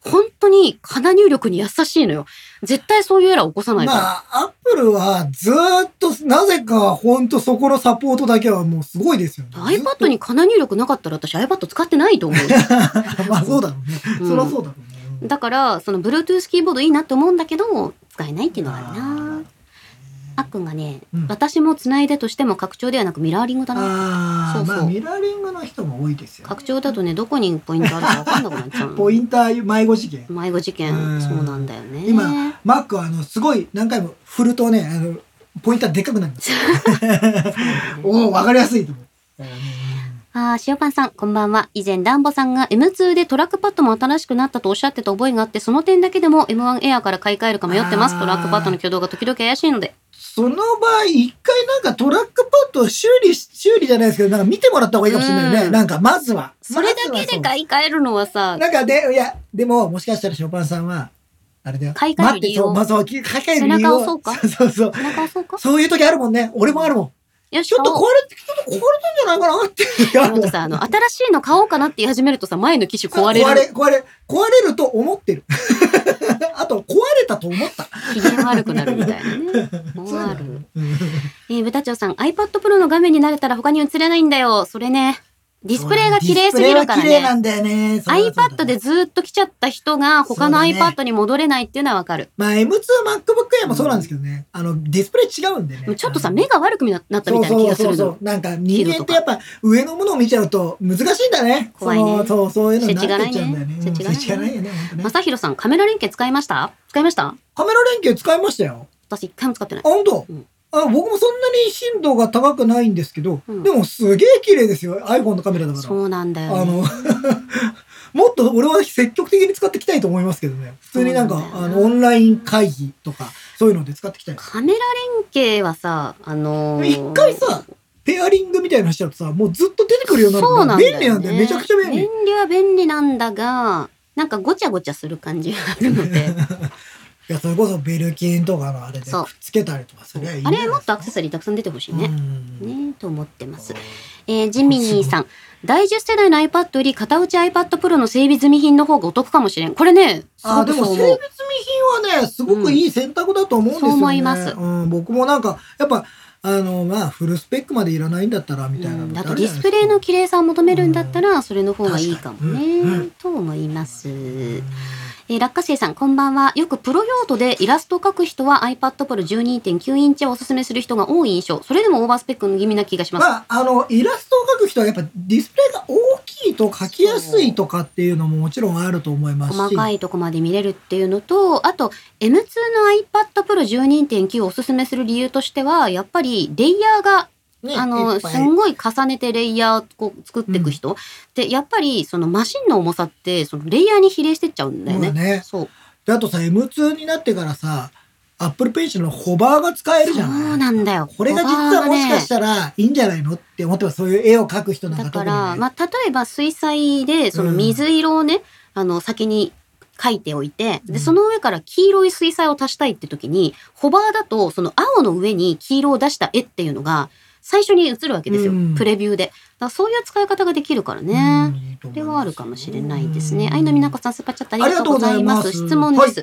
S1: 本当にかな入力に優しいのよ。絶対そういうエラー起こさないから。
S2: まあ、アップルはずーっと、なぜか本当そこのサポートだけはもうすごいですよね。
S1: iPad にかな入力なかったら私 iPad 使ってないと思う。
S2: まあそうだろうね。
S1: うん
S2: そりゃそうだろうね。
S1: だから、その Bluetooth キーボードいいなって思うんだけど、使えないっていうのがあるな。あっくんがね、
S2: うん
S1: 私も繋いでとしても拡張ではなくミラーリングだな。
S2: ああ、
S1: そうそう
S2: まあミラーリングの人も多いですよね。
S1: 拡張だとね、どこにポイントあるか分かんなくなっちゃうの。
S2: ポインター迷子事件。
S1: 迷子事件、そうなんだよね。
S2: 今、Mac はすごい何回も振るとね、ポインターでっかくなるんですよ。おお、わかりやすいと思う。
S1: 塩パンさん、こんばんは。以前、ダンボさんが M2 でトラックパッドも新しくなったとおっしゃってた覚えがあって、その点だけでも M1 Air から買い替えるか迷ってます。トラックパッドの挙動が時々怪しいので。
S2: その場合、一回なんかトラックパッドを修理じゃないですけど、なんか見てもらった方がいいかもしれないね。なんか、まずは。
S1: それだけで買い替えるのはさ、
S2: なんかで、いや、でも、もしかしたらショパンさんは、あれだよ。
S1: 買い替える理由を
S2: 待って、そう、まずは買い替える理由を。
S1: 背中押そうか
S2: そうそう。
S1: 背中押そうか
S2: そういう時あるもんね。俺もあるもん。
S1: よし、
S2: ちょっと壊れてんじゃないかなって時あるもん。
S1: さ、新しいの買おうかなって言い始めるとさ、前の機種壊れる。
S2: 壊れると思ってる。あと、壊れたと思った。
S1: 機嫌悪くなるみたいなね。
S2: そう
S1: ある。豚長さん、iPad Pro の画面に慣れたら他に映れないんだよ。それね。ディスプレイが綺麗すぎるからね。
S2: ディスプレイは綺麗なんだよね。
S1: iPad でずっと来ちゃった人が他の iPad に戻れないっていうのはわかる。
S2: まあ M2 MacBook Air もそうなんですけどね。ディスプレイ違うんでね。
S1: ちょっとさ、目が悪くなったみたいな気がするの。
S2: そう。なんか人間ってやっぱ上のものを見ちゃうと難しいんだね。
S1: 怖いね。
S2: そういうのになってっちゃうんだよね。
S1: 世知辛いよね。
S2: ま
S1: さひろさん、カメラ連携使いました
S2: カメラ連携使いましたよ。
S1: 私一回も使ってない。
S2: あ、本当？僕もそんなに頻度が高くないんですけど、でもすげえ綺麗ですよ。iPhone のカメラだから。
S1: そうなんだよね。
S2: もっと俺は積極的に使っていきたいと思いますけどね。普通になんか、オンライン会議とか、そういうので使っていきたい。
S1: カメラ連携はさ、
S2: 一回さ、ペアリングみたいなのしちゃうとさ、もうずっと出てくるようになるから便利なんだよ。めちゃくちゃ便利。
S1: 便利は便利なんだが、なんかごちゃごちゃする感じがあるので。
S2: いや、それこそベルキンとかのあれでくっつけたりとかすりゃいい。
S1: あれもっとアクセサリーたくさん出てほしいね。ねと思ってます。ジミニーさん。第10世代の iPad より片打ち iPad Pro の整備済み品の方がお得かもしれん。これね、
S2: でも整備済み品はね、すごくいい選択だと思うんですよね。
S1: そう思います。
S2: 僕もなんか、やっぱ、まあ、フルスペックまでいらないんだったら、みたいな。
S1: あとディスプレイの綺麗さを求めるんだったら、それの方がいいかもね。と思います。落花生さん、こんばんは。よくプロ用途でイラストを描く人は iPad Pro 12.9 インチをおすすめする人が多い印象。それでもオーバースペックの気味な気がします。
S2: まあ、イラストを描く人はやっぱディスプレイが大きいと描きやすいとかっていうのももちろんあると思いますし。
S1: 細かいとこまで見れるっていうのと、あと M2 の iPad Pro 12.9をおすすめする理由としては、やっぱりレイヤーがすんごい重ねてレイヤーを作っていく人、でやっぱりそのマシンの重さってそのレイヤーに比例してっちゃうんだよね。
S2: そうで、あとさ M2 になってからさApple Pencil のホバーが使えるじゃない。
S1: そうなんだよ。
S2: これが実はもしかしたらいいんじゃないのって思ってます。そういう絵を描く人なんか特に、ね、
S1: だから、例えば水彩でその水色をね、先に書いておいて、でその上から黄色い水彩を足したいって時にホバーだとその青の上に黄色を出した絵っていうのが最初に映るわけですよ、プレビューで。だからそういう使い方ができるからね。これはあるかもしれないですね。愛のみなこさん、スーパーチャットありがとうございます。質問です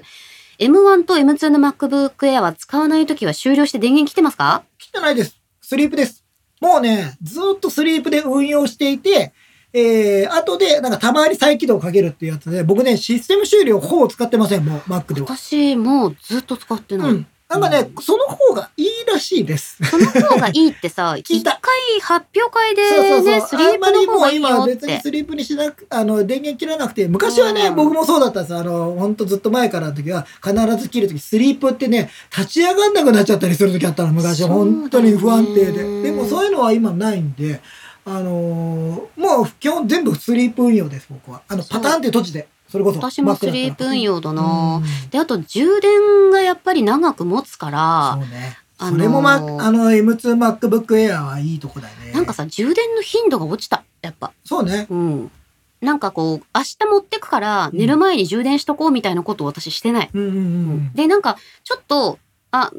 S1: 。M1 と M2 の MacBook Air は使わないときは終了して電源来てますか？
S2: 来てないです。スリープです。もうね、ずっとスリープで運用していて、後で、なんかたまに再起動かけるっていうやつで、僕ね、システム終了ほぼ使ってません、もう、Mac では。
S1: 私、もうずっと使ってない。
S2: なんかね、その方がいいらしいです。
S1: その方がいいってさ、一回発表会でね、スリープの方がいいよって。
S2: 今別にスリープにしなく、電源切らなくて、昔はね、僕もそうだったんです。ほんとずっと前からの時は、必ず切る時、スリープってね、立ち上がんなくなっちゃったりする時あったの、昔。本当に不安定で。でもそういうのは今ないんで、もう基本全部スリープ運用です、僕は。パターンって閉じて。それこそ
S1: 私もスリープ運用だな。で、あと充電がやっぱり長く持つから。
S2: そうね。それもM2 MacBook Air はいいとこだよね。
S1: なんかさ、充電の頻度が落ちた。やっぱ。
S2: そうね。
S1: なんかこう、明日持ってくから寝る前に充電しとこうみたいなことを私してない。で、なんか、ちょっと、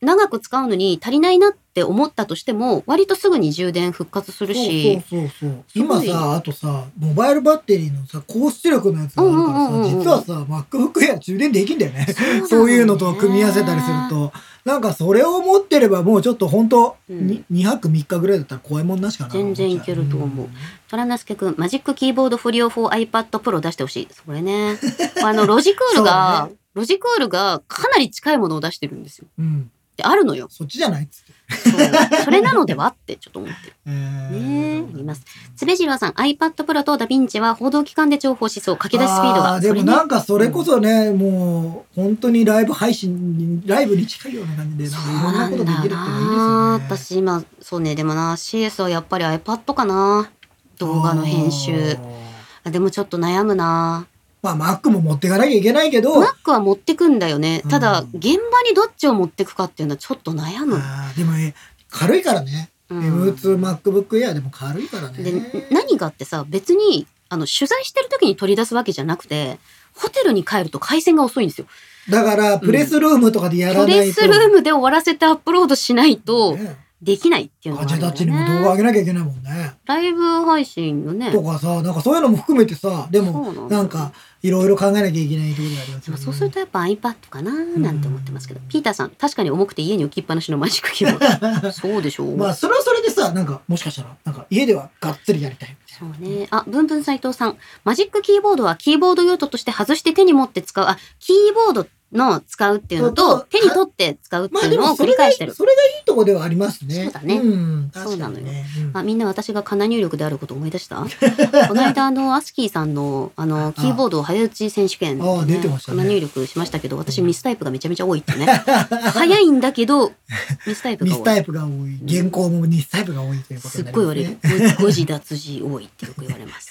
S1: 長く使うのに足りないなって思ったとしても、割とすぐに充電復活するし。
S2: そう。今さ、あとさ、モバイルバッテリーのさ、高出力のやつがあるからさ、実はさ、MacBook Air 充電できんだよね。そういうのと組み合わせたりすると。なんかそれを持ってればもうちょっと本当、2泊3日ぐらいだったら怖いもんなしかな。
S1: 全然いけると思う。トラナスケ君、マジックキーボードフリオ for iPad Pro 出してほしい。それね。ロジクールが、ロジクールがかなり近いものを出してるんですよ。で、あるのよ。
S2: そっちじゃないっつって。
S1: それなのではってちょっと思ってる。ねあります。つべじろうさん、iPad Pro とダヴィンチは報道機関で重宝しそう。駆け出しスピードが。
S2: でもなんかそれこそね、もう本当にライブ配信、ライブに近いような感じで、なんかいろんなことできるっていうのがいいですよね。
S1: 私今、そうね、でもな、CS はやっぱり iPad かな。動画の編集。でもちょっと悩むな。
S2: まあ Mac も持っていかなきゃいけないけど。
S1: Mac は持ってくんだよね。ただ、現場にどっちを持ってくかっていうのはちょっと悩む。
S2: でも軽いからね。M2 MacBook Air でも軽いからね。
S1: で、何がってさ、別に、取材してる時に取り出すわけじゃなくて、ホテルに帰ると回線が遅いんですよ。
S2: だから、プレスルームとかでやらないと。
S1: プレスルームで終わらせてアップロードしないと、できないっていうのがあるんだよね。
S2: ガジェタッチにも動画上げなきゃいけないもんね。
S1: ライブ配信のね。
S2: とかさ、なんかそういうのも含めてさ、でも、なんか、いろいろ考えなきゃいけないところがありますよね。
S1: そうするとやっぱ iPad かななんて思ってますけど。ピーターさん、確かに重くて家に置きっぱなしのマジックキーボード。そうでしょう。
S2: まあ、それはそれでさ、なんか、もしかしたら、なんか家ではがっつりやりたいみたいな。
S1: そうね。あ、ブンブン斉藤さん。マジックキーボードはキーボード用途として外して手に持って使う。キーボードの使うっていうのと、手に取って使うっていうのを繰り返してる。
S2: それがいいとこではありますね。
S1: そうだね。そうなのよ。みんな私がカナ入力であることを思い出したこの間アスキーさんのキーボード早打ち選手権でカナ入力しましたけど、私ミスタイプがめちゃめちゃ多いってね。早いんだけど、ミスタイプが多い。
S2: ミスタイプが多い。原稿もミスタイプが多いということで。
S1: すっごい言われる。誤字脱字多いってよく言われます。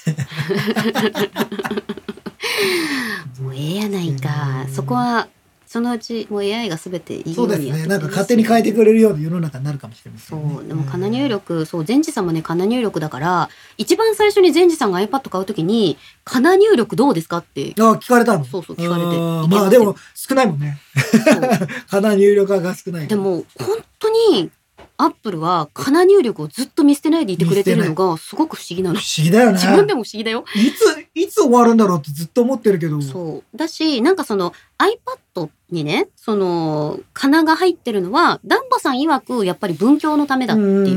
S1: もうやないか。そこは、そのうちもう AI が全ていいように
S2: そうですね。なんか勝手に変えてくれるような世の中になるかもしれませんね。
S1: そう。でも、カナ入力、そう、善治さんもね、カナ入力だから、一番最初に善治さんが iPad 買うときに、カナ入力どうですかって。
S2: 聞かれたの？
S1: そう、聞かれて。
S2: まあでも、少ないもんね。カナ入力が少ない。
S1: でも、本当に、アップルはカナ入力をずっと見捨てないでいてくれてるのがすごく不思議なの。
S2: 不思議だよね。
S1: 自分でも不思議だよ。
S2: いつ終わるんだろうってずっと思ってるけど。
S1: そう。だし、なんかiPad にね、カナが入ってるのは、ダンボさん曰くやっぱり文教のためだっていう。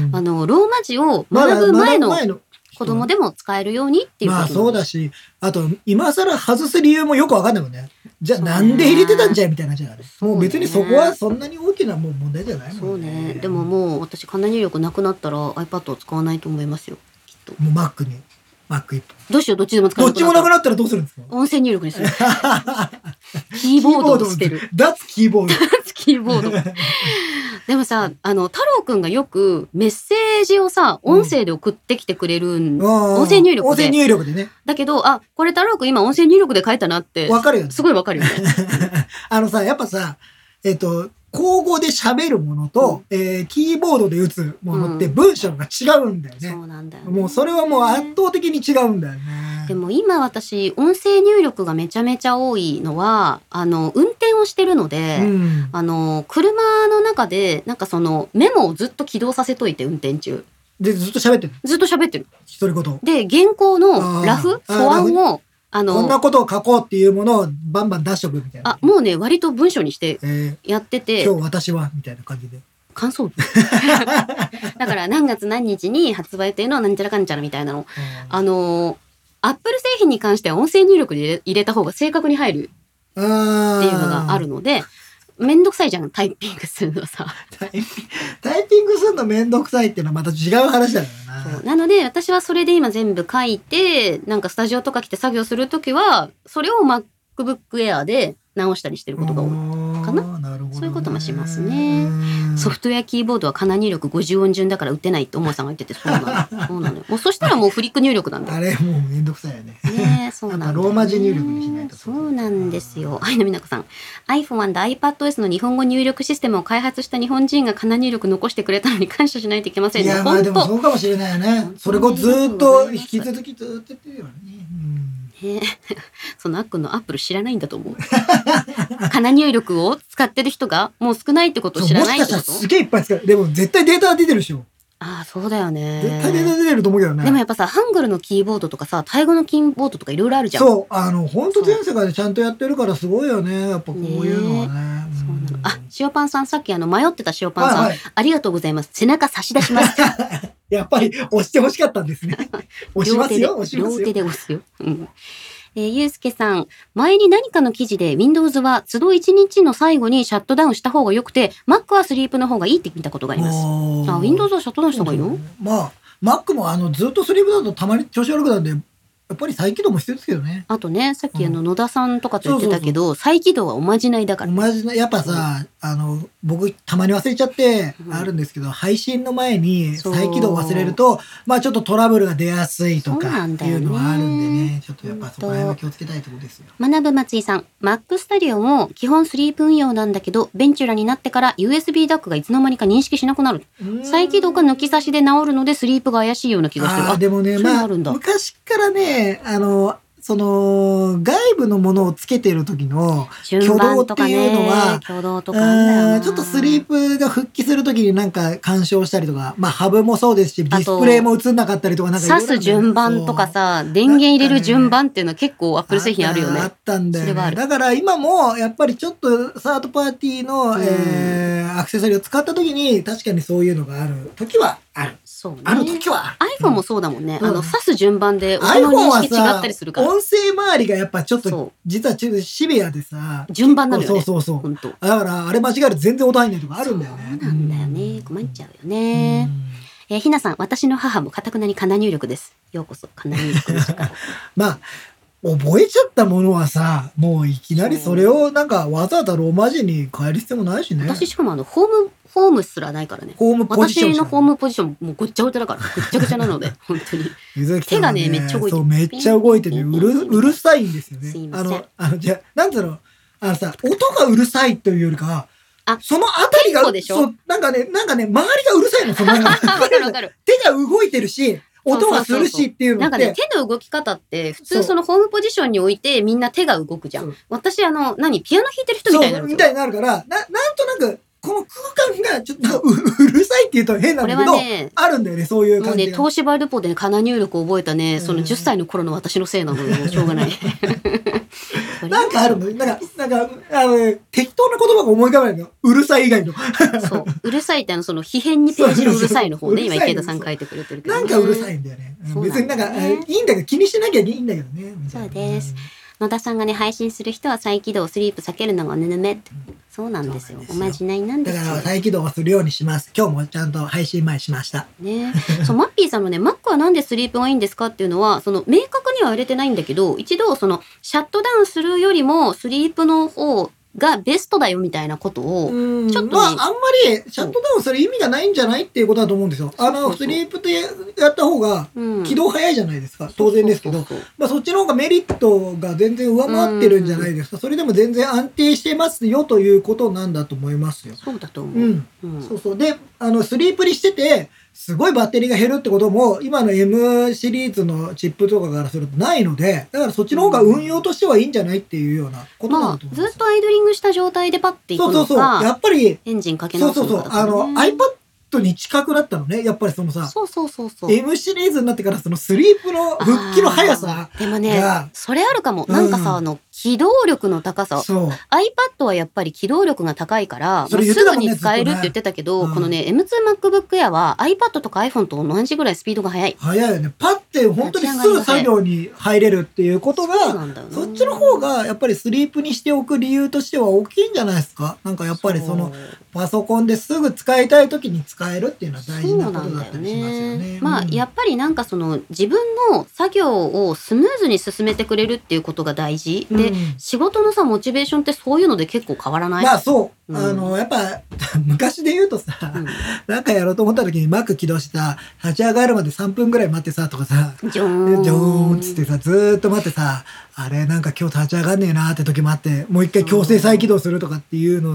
S1: ローマ字を学ぶ前の子供でも使えるようにっていうこと。
S2: まあそうだし、あと、今更外す理由もよくわかんないもんね。じゃあなんで入れてたんじゃいみたいなじゃない。もう別にそこはそんなに大きなもう問題じゃないもんね。
S1: そうね。でももう私、カナ入力なくなったら iPad を使わないと思いますよ。きっと。
S2: もう Mac に。Mac 一本。
S1: どうしよう、どっちでも使え
S2: る。どっちもなくなったらどうするんですか？
S1: 音声入力にする。キーボードを捨てる。
S2: 脱キーボード。
S1: 脱キーボード。でもさ、太郎くんがよくメッセージをさ、音声で送ってきてくれる音声入力で。
S2: 音声入力でね。
S1: だけど、これ太郎くん今音声入力で書いたなって。
S2: わかるよね。
S1: すごいわかるよね。
S2: やっぱさ、口語で喋るものと、キーボードで打つものって文章が違うんだよね。
S1: そうなんだよね。
S2: もうそれはもう圧倒的に違うんだよね。
S1: でも今私、音声入力がめちゃめちゃ多いのは、運転をしてるので、車の中で、なんかメモをずっと起動させといて、運転中。
S2: で、ずっと喋ってる？
S1: ずっと喋ってる。
S2: 独り言。
S1: で、原稿のラフ、素案を、
S2: こんなことを書こうっていうものをバンバン出しとくみたいな。
S1: もうね、割と文章にしてやってて。
S2: 今日私はみたいな感じで。
S1: 感想文だから何月何日に発売っていうのはなんちゃらかんちゃらみたいなの。アップル製品に関しては音声入力で入れた方が正確に入るっていうのがあるので、めんどくさいじゃん、タイピングするのさ。
S2: タイピングするのめんどくさいっていうのはまた違う話だからな。
S1: そう。なので、私はそれで今全部書いて、なんかスタジオとか来て作業するときは、それを MacBook Air で直したりしてることが多いかな。
S2: なるほどね。
S1: そういうこともしますね。ソフトウェアキーボードはカナ入力50音順だから打てないって思さんが言ってて、そうなの。そうなのよ。もうそしたらもうフリック入力なんだ。
S2: あれもうめんどくさいよね。
S1: ねえ、そうなんだ、ね。
S2: ローマ字入力にしないと。
S1: そうなんですよ。愛の美奈子さん。iPhone& iPadOS の日本語入力システムを開発した日本人がカナ入力残してくれたのに感謝しないといけませんね。
S2: いや、まあでもそうかもしれないよね。それをずっと引き続きずっとやってるよね。
S1: ねそのアックのアップル知らないんだと思う。カナ入力を使ってる人がもう少ないってことを知らないってこと？
S2: もしかしたらすげえいっぱい使う。でも絶対データ出てるでしょ。
S1: ああ、そうだよね。
S2: 絶対データ出てると思うけどね。
S1: でもやっぱさ、ハングルのキーボードとかさ、タイ語のキーボードとかいろいろあるじゃん。
S2: そう、ほんと全世界でちゃんとやってるからすごいよね。やっぱこういうのはね。
S1: そうなの。あ、塩パンさん、さっき迷ってた塩パンさん、
S2: はいはい、
S1: ありがとうございます。背中差し出します。
S2: やっぱり押してほしかったんですね。押しますよ、押しますよ。
S1: 両手で押すよ。ゆうすけさん、前に何かの記事で Windows は都度1日の最後にシャットダウンした方が良くて、Mac はスリープの方がいいって見たことがあります。あ、Windows はシャットダウンした方がいいの？
S2: まあ、Mac もずっとスリープだとたまに調子悪くなるんで、やっぱり再起動も必要ですけどね。
S1: あとね、さっき野田さんとかと言ってたけど、再起動はおまじないだから、ね。
S2: おまじない、やっぱさ、僕たまに忘れちゃって、あるんですけど、配信の前に再起動忘れると、まあちょっとトラブルが出やすいとかっていうのはあるんでね、ちょっとやっぱそこら辺は気をつけたいところですよ。
S1: 学ぶ松井さん、Mac スタディオも基本スリープ運用なんだけど、ベンチュラになってから USB ダックがいつの間にか認識しなくなる。再起動か抜き差しで治るのでスリープが怪しいような気がしてる。
S2: でもね、まあ、昔からね、その外部のものをつけてる時の挙動っていうのは、
S1: 挙動とかなんだよな。
S2: ちょっとスリープが復帰する時になんか干渉したりとか、まあハブもそうですし、ディスプレイも映んなかったりとか、なんか
S1: 挿す順番とかさ、電源入れる順番っていうのは結構アップル製品あるよね。
S2: あったんだよね。だから今もやっぱりちょっとサードパーティーの、アクセサリーを使った時に確かにそういうのがある時はある。
S1: そうね。
S2: ある時は。
S1: iPhone もそうだもんね。挿す順番で音の認識違ったりするから。
S2: 音声周りがやっぱちょっと、実はちょっとシビアでさ。
S1: 順番なんだよね。
S2: そう。だからあれ間違えると全然音入んないとかあるんだよね。
S1: そうなんだよね。困っちゃうよね。ひなさん、私の母も堅くなにカナ入力です。ようこそ、カナ入力の時間。
S2: まあ、覚えちゃったものはさ、もういきなりそれをなんかわざわざローマ字に変える必要もないしね。
S1: 私しかもホームすらないからね。私のホームポジションもうごっちゃごちゃだから。ぐっちゃぐちゃなので、本当に。手がね、めっちゃ動いてる。
S2: そう、めっちゃ動いてる。うるさいんですよね。じゃなんだろう、さ、音がうるさいというよりか、そのあたりが、そう、なんかね、周りがうるさいの、そのわかる。手が動いてるし、音がするしっていうのって。
S1: なんかね、手の動き方って、普通そのホームポジションに置いてみんな手が動くじゃん。私ピアノ弾いてる人みたいになる。
S2: みたいになるから、なんとなく、この空間がちょっとうるさいって言うと変なんだけど、あるんだよね、そういう感じが。
S1: もうね、東芝ルポでカナ入力を覚えたね、その10歳の頃の私のせいなのよ、しょうがない。
S2: なんかあるのなんか、適当な言葉が思い浮かばないの。うるさい以外の。
S1: そう。うるさいってその、皮辺にページのうるさいの方ね、今池田さん書いてくれてるけど、ね。
S2: なんかうるさいんだよね。別になんか、いいんだけど、気にしなきゃいいんだけどね。
S1: そうです。野田さんがね、配信する人は再起動、スリープ避けるのがおぬぬめって。そうなんですよ。おまじないなんですよ。
S2: だから再起動をするようにします。今日もちゃんと配信前しました。
S1: ね。そう、マッピーさんのね、Mac はなんでスリープがいいんですかっていうのは、明確には入れてないんだけど、一度、シャットダウンするよりも、スリープの方がベストだよみたいなことを、ちょっと、ね、
S2: まあ、あんまりシャットダウンする意味がないんじゃないっていうことだと思うんですよ。スリープでやった方が起動早いじゃないですか。当然ですけど、まあそっちの方がメリットが全然上回ってるんじゃないですか。それでも全然安定してますよということなんだと思いますよ。
S1: そうだと思う。
S2: そう。で、スリープにしてて、すごいバッテリーが減るってことも、今の M シリーズのチップとかからするとないので、だからそっちの方が運用としてはいいんじゃないっていうようなことなんだと思います。
S1: ずっとアイドリングした状態でパッていくのか、
S2: そう。やっぱり、
S1: エンジンかけ直すのかだからね。
S2: iPadに近くなったのね。やっぱりそのさ、
S1: そう。
S2: M シリーズになってからそのスリープの復帰の速さ
S1: でもね、それあるかも。なんかさ、機動力の高さ。iPad はやっぱり機動力が高いから、すぐに使えるって言ってたけど、このね、M2MacBook Air は iPad とか iPhone と同じぐらいスピードが速い。
S2: 速いよね。パッて本当にすぐ作業に入れるっていうことが、そっちの方がやっぱりスリープにしておく理由としては大きいんじゃないですか。なんかやっぱりパソコンですぐ使いたい時に使えるっていうのは大事なことだったりしますよね。
S1: まあやっぱりなんか自分の作業をスムーズに進めてくれるっていうことが大事で、仕事のさモチベーションってそういうので結構変わらない？
S2: まあそう、やっぱ昔で言うとさ、なんかやろうと思った時に Mac 起動した立ち上がるまで3分ぐらい待ってさとかさ、
S1: ジョーン
S2: っつってさずーっと待ってさ、あれなんか今日立ち上がんねえなーって時もあって、もう一回強制再起動するとかっていうの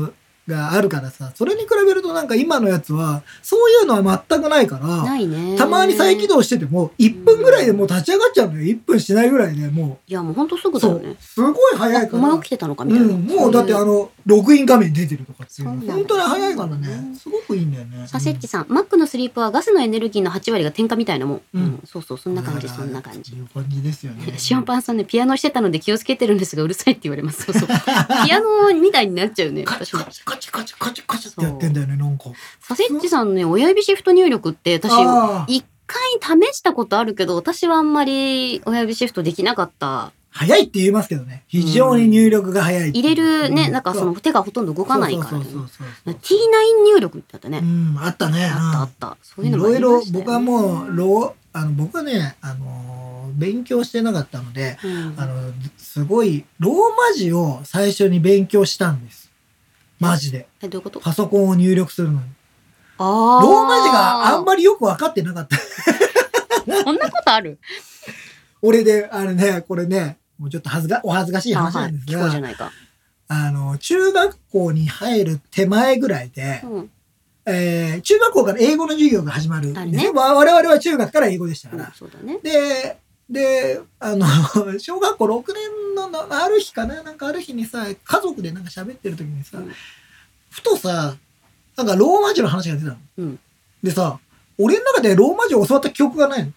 S2: があるからさ、それに比べるとなんか今のやつは、そういうのは全くないから、
S1: ないね。
S2: たまに再起動してても、1分ぐらいでもう立ち上がっちゃうのよ。1分しないぐらいでもう。
S1: いや、もうほんとすぐだよね。
S2: すごい早いから。
S1: お前起きてたのかみたいな。
S2: もうだってログイン画面出てるとかっていうの。
S1: そうなんだ
S2: 本当に早いからね。すごくいいんだよね。
S1: サセッチさん、Mac のスリープはガスのエネルギーの8割が添加みたいなもん。そうそう、そんな感じ、そんな感じ。
S2: いう感じですよね。
S1: シオンパンさんね、ピアノしてたので気をつけてるんですが、うるさいって言われます。そうそう。ピアノみたいになっちゃうね。
S2: カチカチカチカチカチカチってやってんだよね、なんか。
S1: サセッチさんね、親指シフト入力って私、一回試したことあるけど、私はあんまり親指シフトできなかった。
S2: 早いって言いますけどね。非常に入力が早い。
S1: 入れるね、なんかその手がほとんど動かないからね。T9 入力ってあったね。
S2: あったね。
S1: あった。そういうの
S2: もありましたよね。いろいろ、僕はもう、僕はね、勉強してなかったので、すごい、ローマ字を最初に勉強したんです。マジで。
S1: どういうこと？
S2: パソコンを入力するのに。ローマ字があんまりよく分かってなかった。
S1: そんなことある？
S2: 俺で、これね、もうちょっとお恥ずかしい話なんですが、
S1: 聞こうじゃないか。
S2: 中学校に入る手前ぐらいで、中学校から英語の授業が始まるんですね。我々は中学から英語でしたから。
S1: そうだね。
S2: で、小学校6年のある日かな、なんかある日にさ、家族でなんか喋ってる時にさ、ふとさ、なんかローマ字の話が出たの。でさ、俺の中でローマ字を教わった記憶がないの。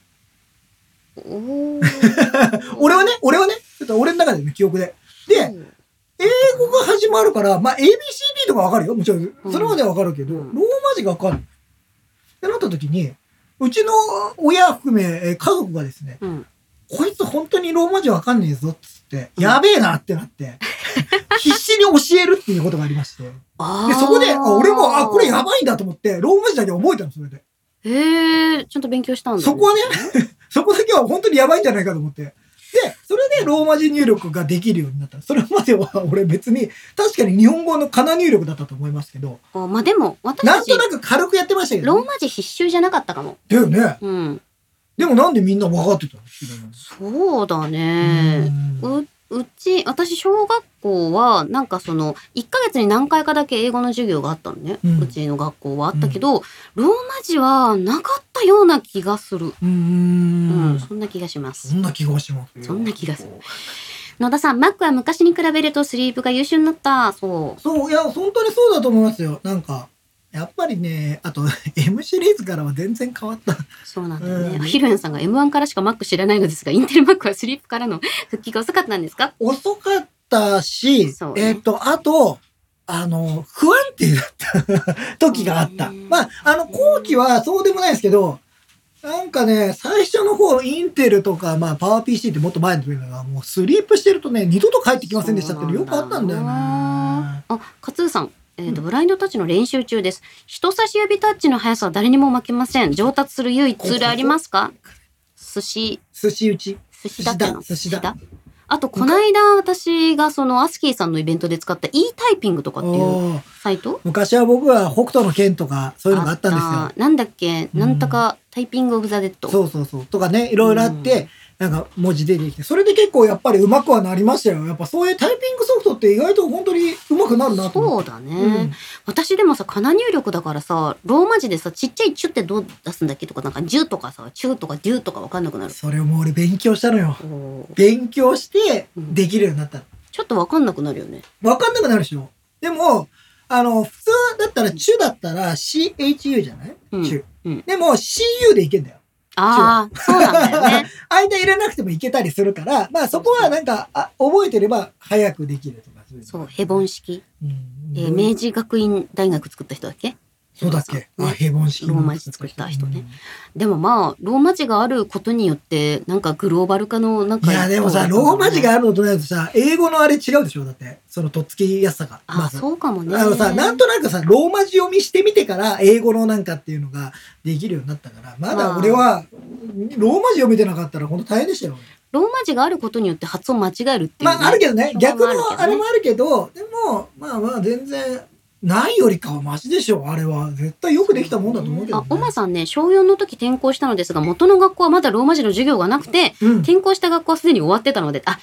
S2: 俺はね、ちょっと俺の中での記憶で。で、英語が始まるから、まあ ABCD とかわかるよ。もちろん。それまではわかるけど、ローマ字がわかんない。ってなった時に、うちの親含め、家族がですね、こいつ本当にローマ字わかんねえぞっつって、やべえなってなって、必死に教えるっていうことがありまして。で、そこで、俺も、これやばいんだと思って、ローマ字だけ覚えたの、それで。
S1: ちゃんと勉強したんだ、ね。
S2: そこはね、そこだけは本当にやばいんじゃないかと思って。で、それでローマ字入力ができるようになった。それまでは俺別に、確かに日本語の仮名入力だったと思いますけど。
S1: まあでも、私
S2: なんとなく軽くやってましたけど、
S1: ね。ローマ字必修じゃなかったかも。
S2: だよね。でもなんでみんな分かってたの？
S1: そうだね。私、小学校は、なんかその、1ヶ月に何回かだけ英語の授業があったのね。うちの学校はあったけど、ローマ字はなかったような気がする。そんな気がします。
S2: そんな気がします。
S1: そんな気がする。野田さん、Mac は昔に比べるとスリープが優秀になった。そう。
S2: いや、本当にそうだと思いますよ。なんか、やっぱりね、あと、M シリーズからは全然変わった。
S1: そうなんだよね。ヒロヤンさんが M1 からしか Mac 知らないのですが、インテル Mac はスリープからの復帰が遅かったんですか？
S2: 遅かったし、ね、あと、不安定だった時があった。まあ、後期はそうでもないですけど、なんかね、最初の方、インテルとか、まあ、パワー PC ってもっと前の時のが、もうスリープしてるとね、二度と帰ってきませんでしたってよくあったんだよね。
S1: カツーさん。ブラインドタッチの練習中です。人差し指タッチの速さは誰にも負けません。上達する唯一ツールありますか？寿司打ち。寿司だっての？寿司だ。あと、この間私がそのアスキーさんのイベントで使った e タイピングとかっていうサイト？
S2: 昔は僕は北斗の拳とかそういうのがあったんですよ。
S1: なんだっけ？なんとかタイピングオブザデッド。
S2: そう。とかね、いろいろあって、なんか文字出てきて、それで結構やっぱり上手くはなりましたよ。やっぱそういうタイピングソフトって意外と本当に上手くなるなと思って。
S1: そうだね。私でもさ、かな入力だからさ、ローマ字でさ、ちっちゃいチュってどう出すんだっけとか、なんかジュとかさ、チュとかデュとかわかんなくなる。
S2: それも俺勉強したのよ。勉強してできるようになったの。
S1: ちょっとわかんなくなるよね。
S2: わかんなくなるでしょ。でも、普通だったら、チュだったら CHU じゃない？チュ。でも CU でいけんだよ。
S1: ああ、そうなんだよね。
S2: 間入れなくてもいけたりするから、まあそこはなんか、覚えてれば早くできるとか。
S1: そう、ヘボン式。明治学院大学作った人だっけ？
S2: そうだっけ？ヘボン式。
S1: ローマ字作った人ね。でもまあ、ローマ字があることによって、なんかグローバル化のなんか。
S2: いや、でもさ、ローマ字があるのとないとさ、英語のあれ違うでしょ？だって、そのとっつきやすさが。
S1: そうかもね。
S2: なんとなくさ、ローマ字読みしてみてから、英語のなんかっていうのができるようになったから、まだ俺は、ローマ字読めてなかったら本当大変でしたよ。
S1: ローマ字があることによって発音間違えるっていう、
S2: まあ、あるけどね。逆のあれもあるけど、でも、まあ全然、ないよりかはマシでしょ。あれは絶対よくできたもんだと思うけど、ね。
S1: おまさんね、小4の時転校したのですが、元の学校はまだローマ字の授業がなくて、転校した学校はすでに終わってたので、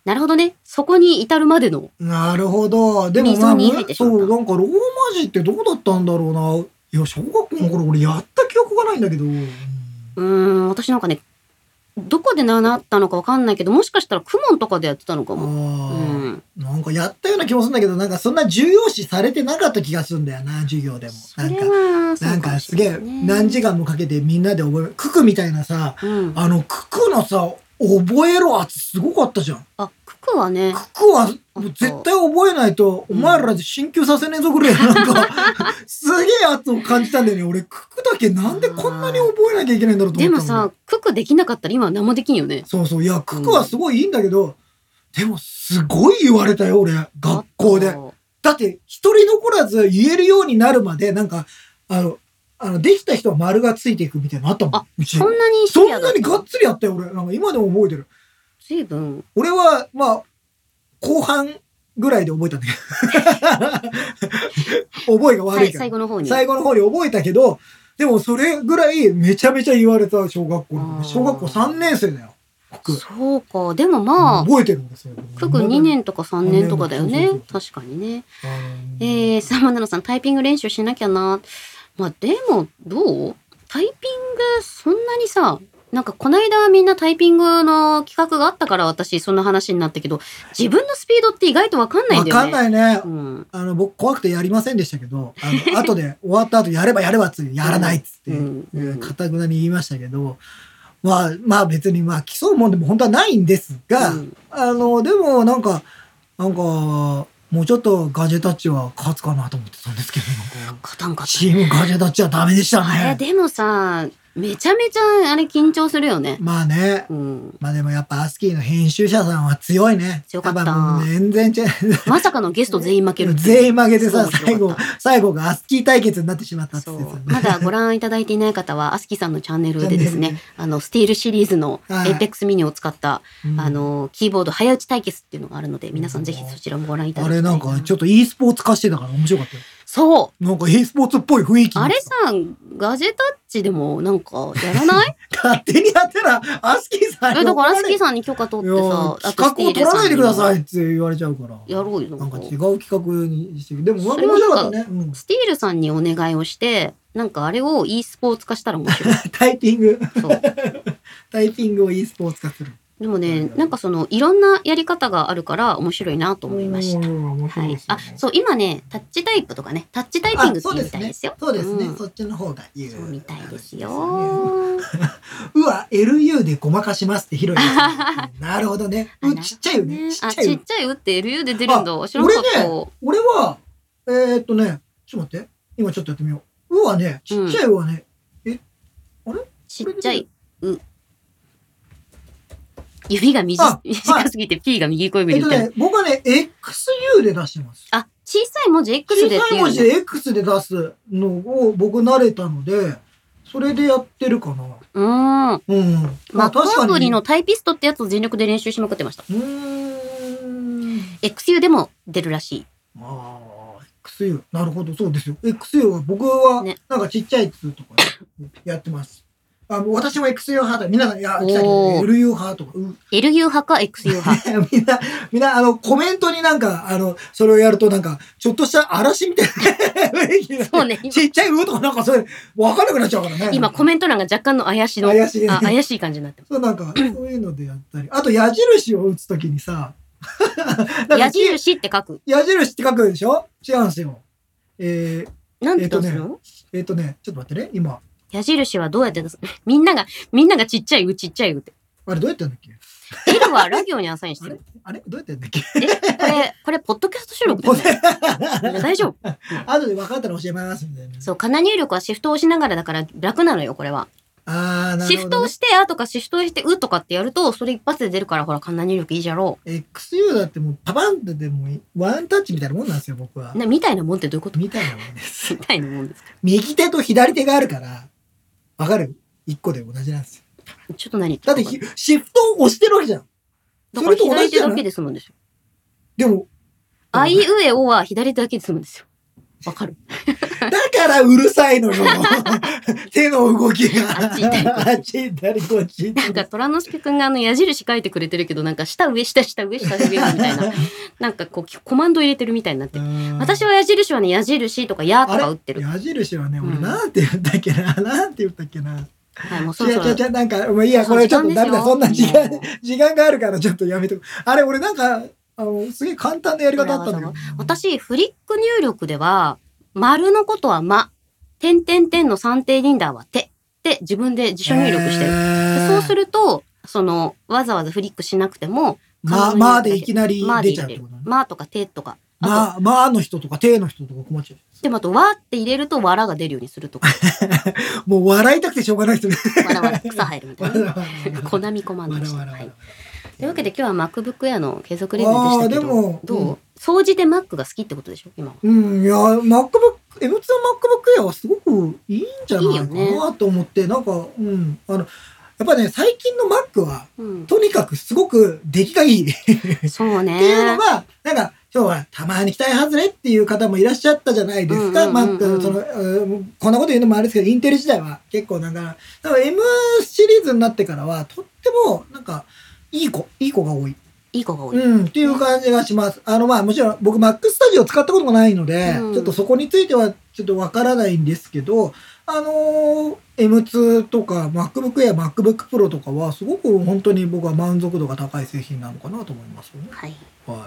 S1: なるほどね。そこに至るまでの。
S2: なるほど。でもま
S1: 溝
S2: あ、
S1: に入ってしまった
S2: そう、なんかローマ字ってどうだったんだろうな。いや、小学校の頃俺やった記憶がないんだけど。
S1: 私なんかね、どこで習ったのかわかんないけど、もしかしたら公文とかでやってたのかも。
S2: なんかやったような気もするんだけど、なんかそんな重要視されてなかった気がするんだよな、授業でも。なんかすげえ何時間もかけてみんなで覚える。九九みたいなさ、九九のさ、覚えろ圧すごかったじゃん。
S1: 九九はね。
S2: 九九はもう絶対覚えないと、お前らで進級させねえぞぐらい、なんか、すげえ圧を感じたんだよね。俺、九九だけなんでこんなに覚えなきゃいけないんだろうと思った
S1: でもさ、九九できなかったら今は何もできんよね。
S2: そうそう。いや、九九はすごいいいんだけど、でもすごい言われたよ、俺。学校で。だって、一人残らず言えるようになるまで、なんか、できた人は丸がついていくみたいなのあったもん。うち。
S1: そんなに
S2: そんなにがっつりやったよ、俺。なんか今でも覚えてる。
S1: 随分。
S2: 俺は、まあ、後半ぐらいで覚えたんだけど。覚えが悪いから。
S1: 最後の方に
S2: 覚えたけど、でもそれぐらいめちゃめちゃ言われた小学校の。小学校3年生だよ。
S1: そうか。でもまあ、
S2: 覚えてるんですよ。
S1: 九九2年とか3年とかだよね。確かにね。サマナノさん、タイピング練習しなきゃな。まあでも、どう？タイピング、そんなにさ、なんかこの間みんなタイピングの企画があったから私そんな話になったけど、自分のスピードって意外とわかんないんだよね。
S2: わかんないね。僕怖くてやりませんでしたけど、後で終わった後やればっつってやらないっつって、かたくなに言いましたけど、まあ別に競うもんでも本当はないんですが、でもなんか、もうちょっとガジェタッチは勝つかなと思ってたんですけど、
S1: 勝たんかった。
S2: チームガジェタッチはダメでしたね。
S1: でもさ、めちゃめちゃあれ緊張するよね。
S2: まあね。まあでもやっぱアスキーの編集者さんは強いね。
S1: 強かった。
S2: 全然違う。
S1: まさかのゲスト全員負ける。
S2: 全員負けてさ、最後がアスキー対決になってしまったって言ってた、
S1: まだご覧いただいていない方は、アスキーさんのチャンネルでですね、スティールシリーズのエイペックスミニを使った、キーボード早打ち対決っていうのがあるので、皆さんぜひそちらもご覧いただきたい。
S2: あれなんかちょっと e スポーツ化してたから面白かったよ。
S1: そう。
S2: なんか e スポーツっぽい雰囲気。
S1: あれさ、ガジェタッチでもなんかやらない？
S2: 勝手にやってら、アスキーさんに。
S1: だからアスキーさんに許可取ってさ、
S2: 企画を取らないでくださいって言われちゃうから。
S1: やろうよ。
S2: なんか違う企画にしてでも面白かったね。
S1: スティールさんにお願いをして、なんかあれを e スポーツ化したら面白い。
S2: タイピング。そう。タイピングを e スポーツ化する。
S1: でもね、なんかいろんなやり方があるから面白いなと思いました。はい。そう、今ね、タッチタイプとかね、タッチタイピングって言うみたいですよ。
S2: そうですね。そっちの方が言う。
S1: そうみたいですよ。
S2: LU でごまかしますって広い。なるほどね。ちっちゃいよね。
S1: ちっちゃいって LU で出るんだ。知らなかった。
S2: 俺は、ちょっと待って。今ちょっとやってみよう。はね、ちっちゃいはね、あれ
S1: ちっちゃい。指が短すぎて P が右小指に
S2: 僕はね、XU で出してます。
S1: 小さい文字 X でっていう。
S2: 小さい文字で X で出すのを僕慣れたので、それでやってるかな。
S1: まあ、確かに。アプリのタイピストってやつを全力で練習しまくってました。XU でも出るらしい。
S2: XU。なるほど、そうですよ。XU は僕は、なんかちっちゃいやつとかやってます。私も XU 派だ。皆さん、来たけど、LU 派とか。
S1: LU 派か XU 派。
S2: みんな、コメントになんか、それをやるとなんか、ちょっとした嵐みたいな。
S1: そうね。
S2: ちっちゃいとかなんかそれ、わかんなくなっちゃうからね。
S1: 今コメント欄が若干の怪しい感じになってます。
S2: そう、なんか、そういうのでやったり。あと、矢印を打つときにさ、
S1: 矢印って書く。
S2: 矢印って書くでしょ？違うんですよ。
S1: なんて出すの？
S2: ちょっと待ってね、今。
S1: 矢印はどうやって出す？みんながちっちゃいちっちゃいって。
S2: あれどうやってやんだっけ？
S1: L はラ行にアサインしてる。
S2: あれどうやってやんだっけ？
S1: これ、ポッドキャスト収録だよね。大丈夫？
S2: 後で分かったら教えますんで。
S1: そう、かな入力はシフトを押しながらだから楽なのよ、これは。シフトをして、とかシフトをして、とかってやると、それ一発で出るから、ほら、かな入力いいじゃろう。
S2: XU だってもう、パパンってでも、ワンタッチみたいなもんなんですよ、僕は。
S1: みたいなもんってどういうこと？
S2: みたいなもんです。
S1: みたいなもんですか。
S2: 右手と左手があるから、わかる？一個で同じなんですよ。
S1: ちょっと何？
S2: だって、シフトを押してるわけじゃん。
S1: だから左手だけで済むんですよ。
S2: でも、
S1: あいうえおは左手だけで済むんですよ。わかる？
S2: からうるさいのよ。手の動きが。
S1: あっち行ったり
S2: あっち行ったりこっち行ったり。
S1: なんか虎之助くんが矢印書いてくれてるけど、なんか下上下下上下上みたいな、なんかこうコマンド入れてるみたいになってる。私は矢印はね、矢印とかやとか打ってる。
S2: 矢印はね、俺なんて言ったっけな、なんて言ったっけな。
S1: はい、もうそろそろ。
S2: 違う、なんか、もういいや、これちょっとダメだ、そんな時間があるからちょっとやめとく。あれ、俺なんか、すげえ簡単なやり方あったんだよ。
S1: 私、フリック入力では、丸のことはま、点々点の算定リンダーは手って自分で辞書入力してる。でそうすると、わざわざフリックしなくても、
S2: まあでいきなり出ちゃうってことね。
S1: まとか手とか。
S2: まあの人とか手の人とか困っちゃう。
S1: でもあと、わって入れると、わらが出るようにするとか。
S2: もう笑いたくてしょうがない人ね。
S1: わらわら草入るみたいな。コナミコマンドでした。というわけで今日は MacBook Air の継続レビューでしたけど、どう総じて Mac が好きってことでしょ今は。
S2: いや、M2 MacBook Air はすごくいいんじゃないかなと思って、なんか、やっぱね、最近の Mac は、とにかくすごく出来がいい。
S1: そうね。
S2: っていうのが、なんか、今日はたまに期待外れっていう方もいらっしゃったじゃないですか。Mac、こんなこと言うのもあれですけど、インテル時代は結構なんか、M シリーズになってからは、とっても、なんか、いい子が多い。
S1: いい子が多い。
S2: っていう感じがします。もちろん僕 Mac Studio 使ったことがないので、ちょっとそこについてはちょっとわからないんですけど、M2 とか MacBook Air、MacBook Pro とかはすごく本当に僕は満足度が高い製品なのかなと思いますよね。
S1: はい。
S2: はい。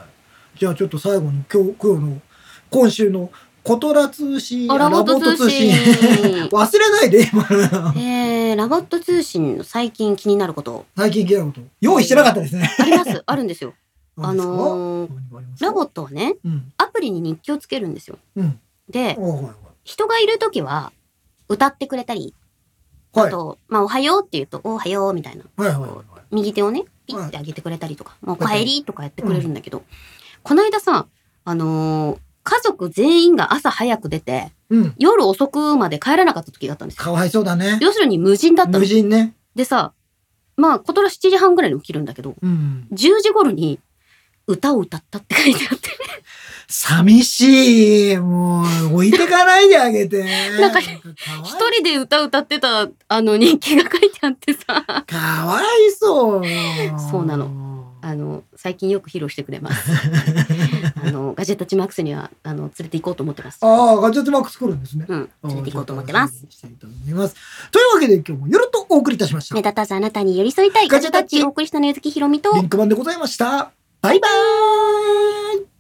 S2: じゃあちょっと最後に今週のコトラ通信、
S1: ラボット通信。
S2: 忘れないで、今。
S1: ラボット通信の最近気になること。
S2: 用意してなかったですね。
S1: あるんですよ。ラボットはね、アプリに日記をつけるんですよ。で、人がいるときは歌ってくれたり、あと、おはようって言うと、おはようみたいな。右手をね、ピッて上げてくれたりとか、おかえりとかやってくれるんだけど、この間さ、家族全員が朝早く出て、夜遅くまで帰らなかった時があったんですよ。
S2: かわいそうだね。
S1: 要するに無人だったの。
S2: 無人ね。
S1: でさ、ことら7時半ぐらいに起きるんだけど、10時頃に歌を歌ったって書いてあって。
S2: 寂しい。もう、置いてかないであげて。
S1: なんか、一人で歌ってた、日記が書いてあってさ。
S2: かわいそう。
S1: そうなの。最近よく披露してくれます。ガジェットチマックスには、連れて行こうと思ってます。
S2: ガジェットマックス来るんですね。
S1: 連れて行こうと思ってます。
S2: というわけで今日も夜とお送りいたしました。
S1: 目立たずあなたに寄り添いたい。ガジェタッチお送りしたのゆずきひろみと。
S2: リンクマンでございました。バイバーイ。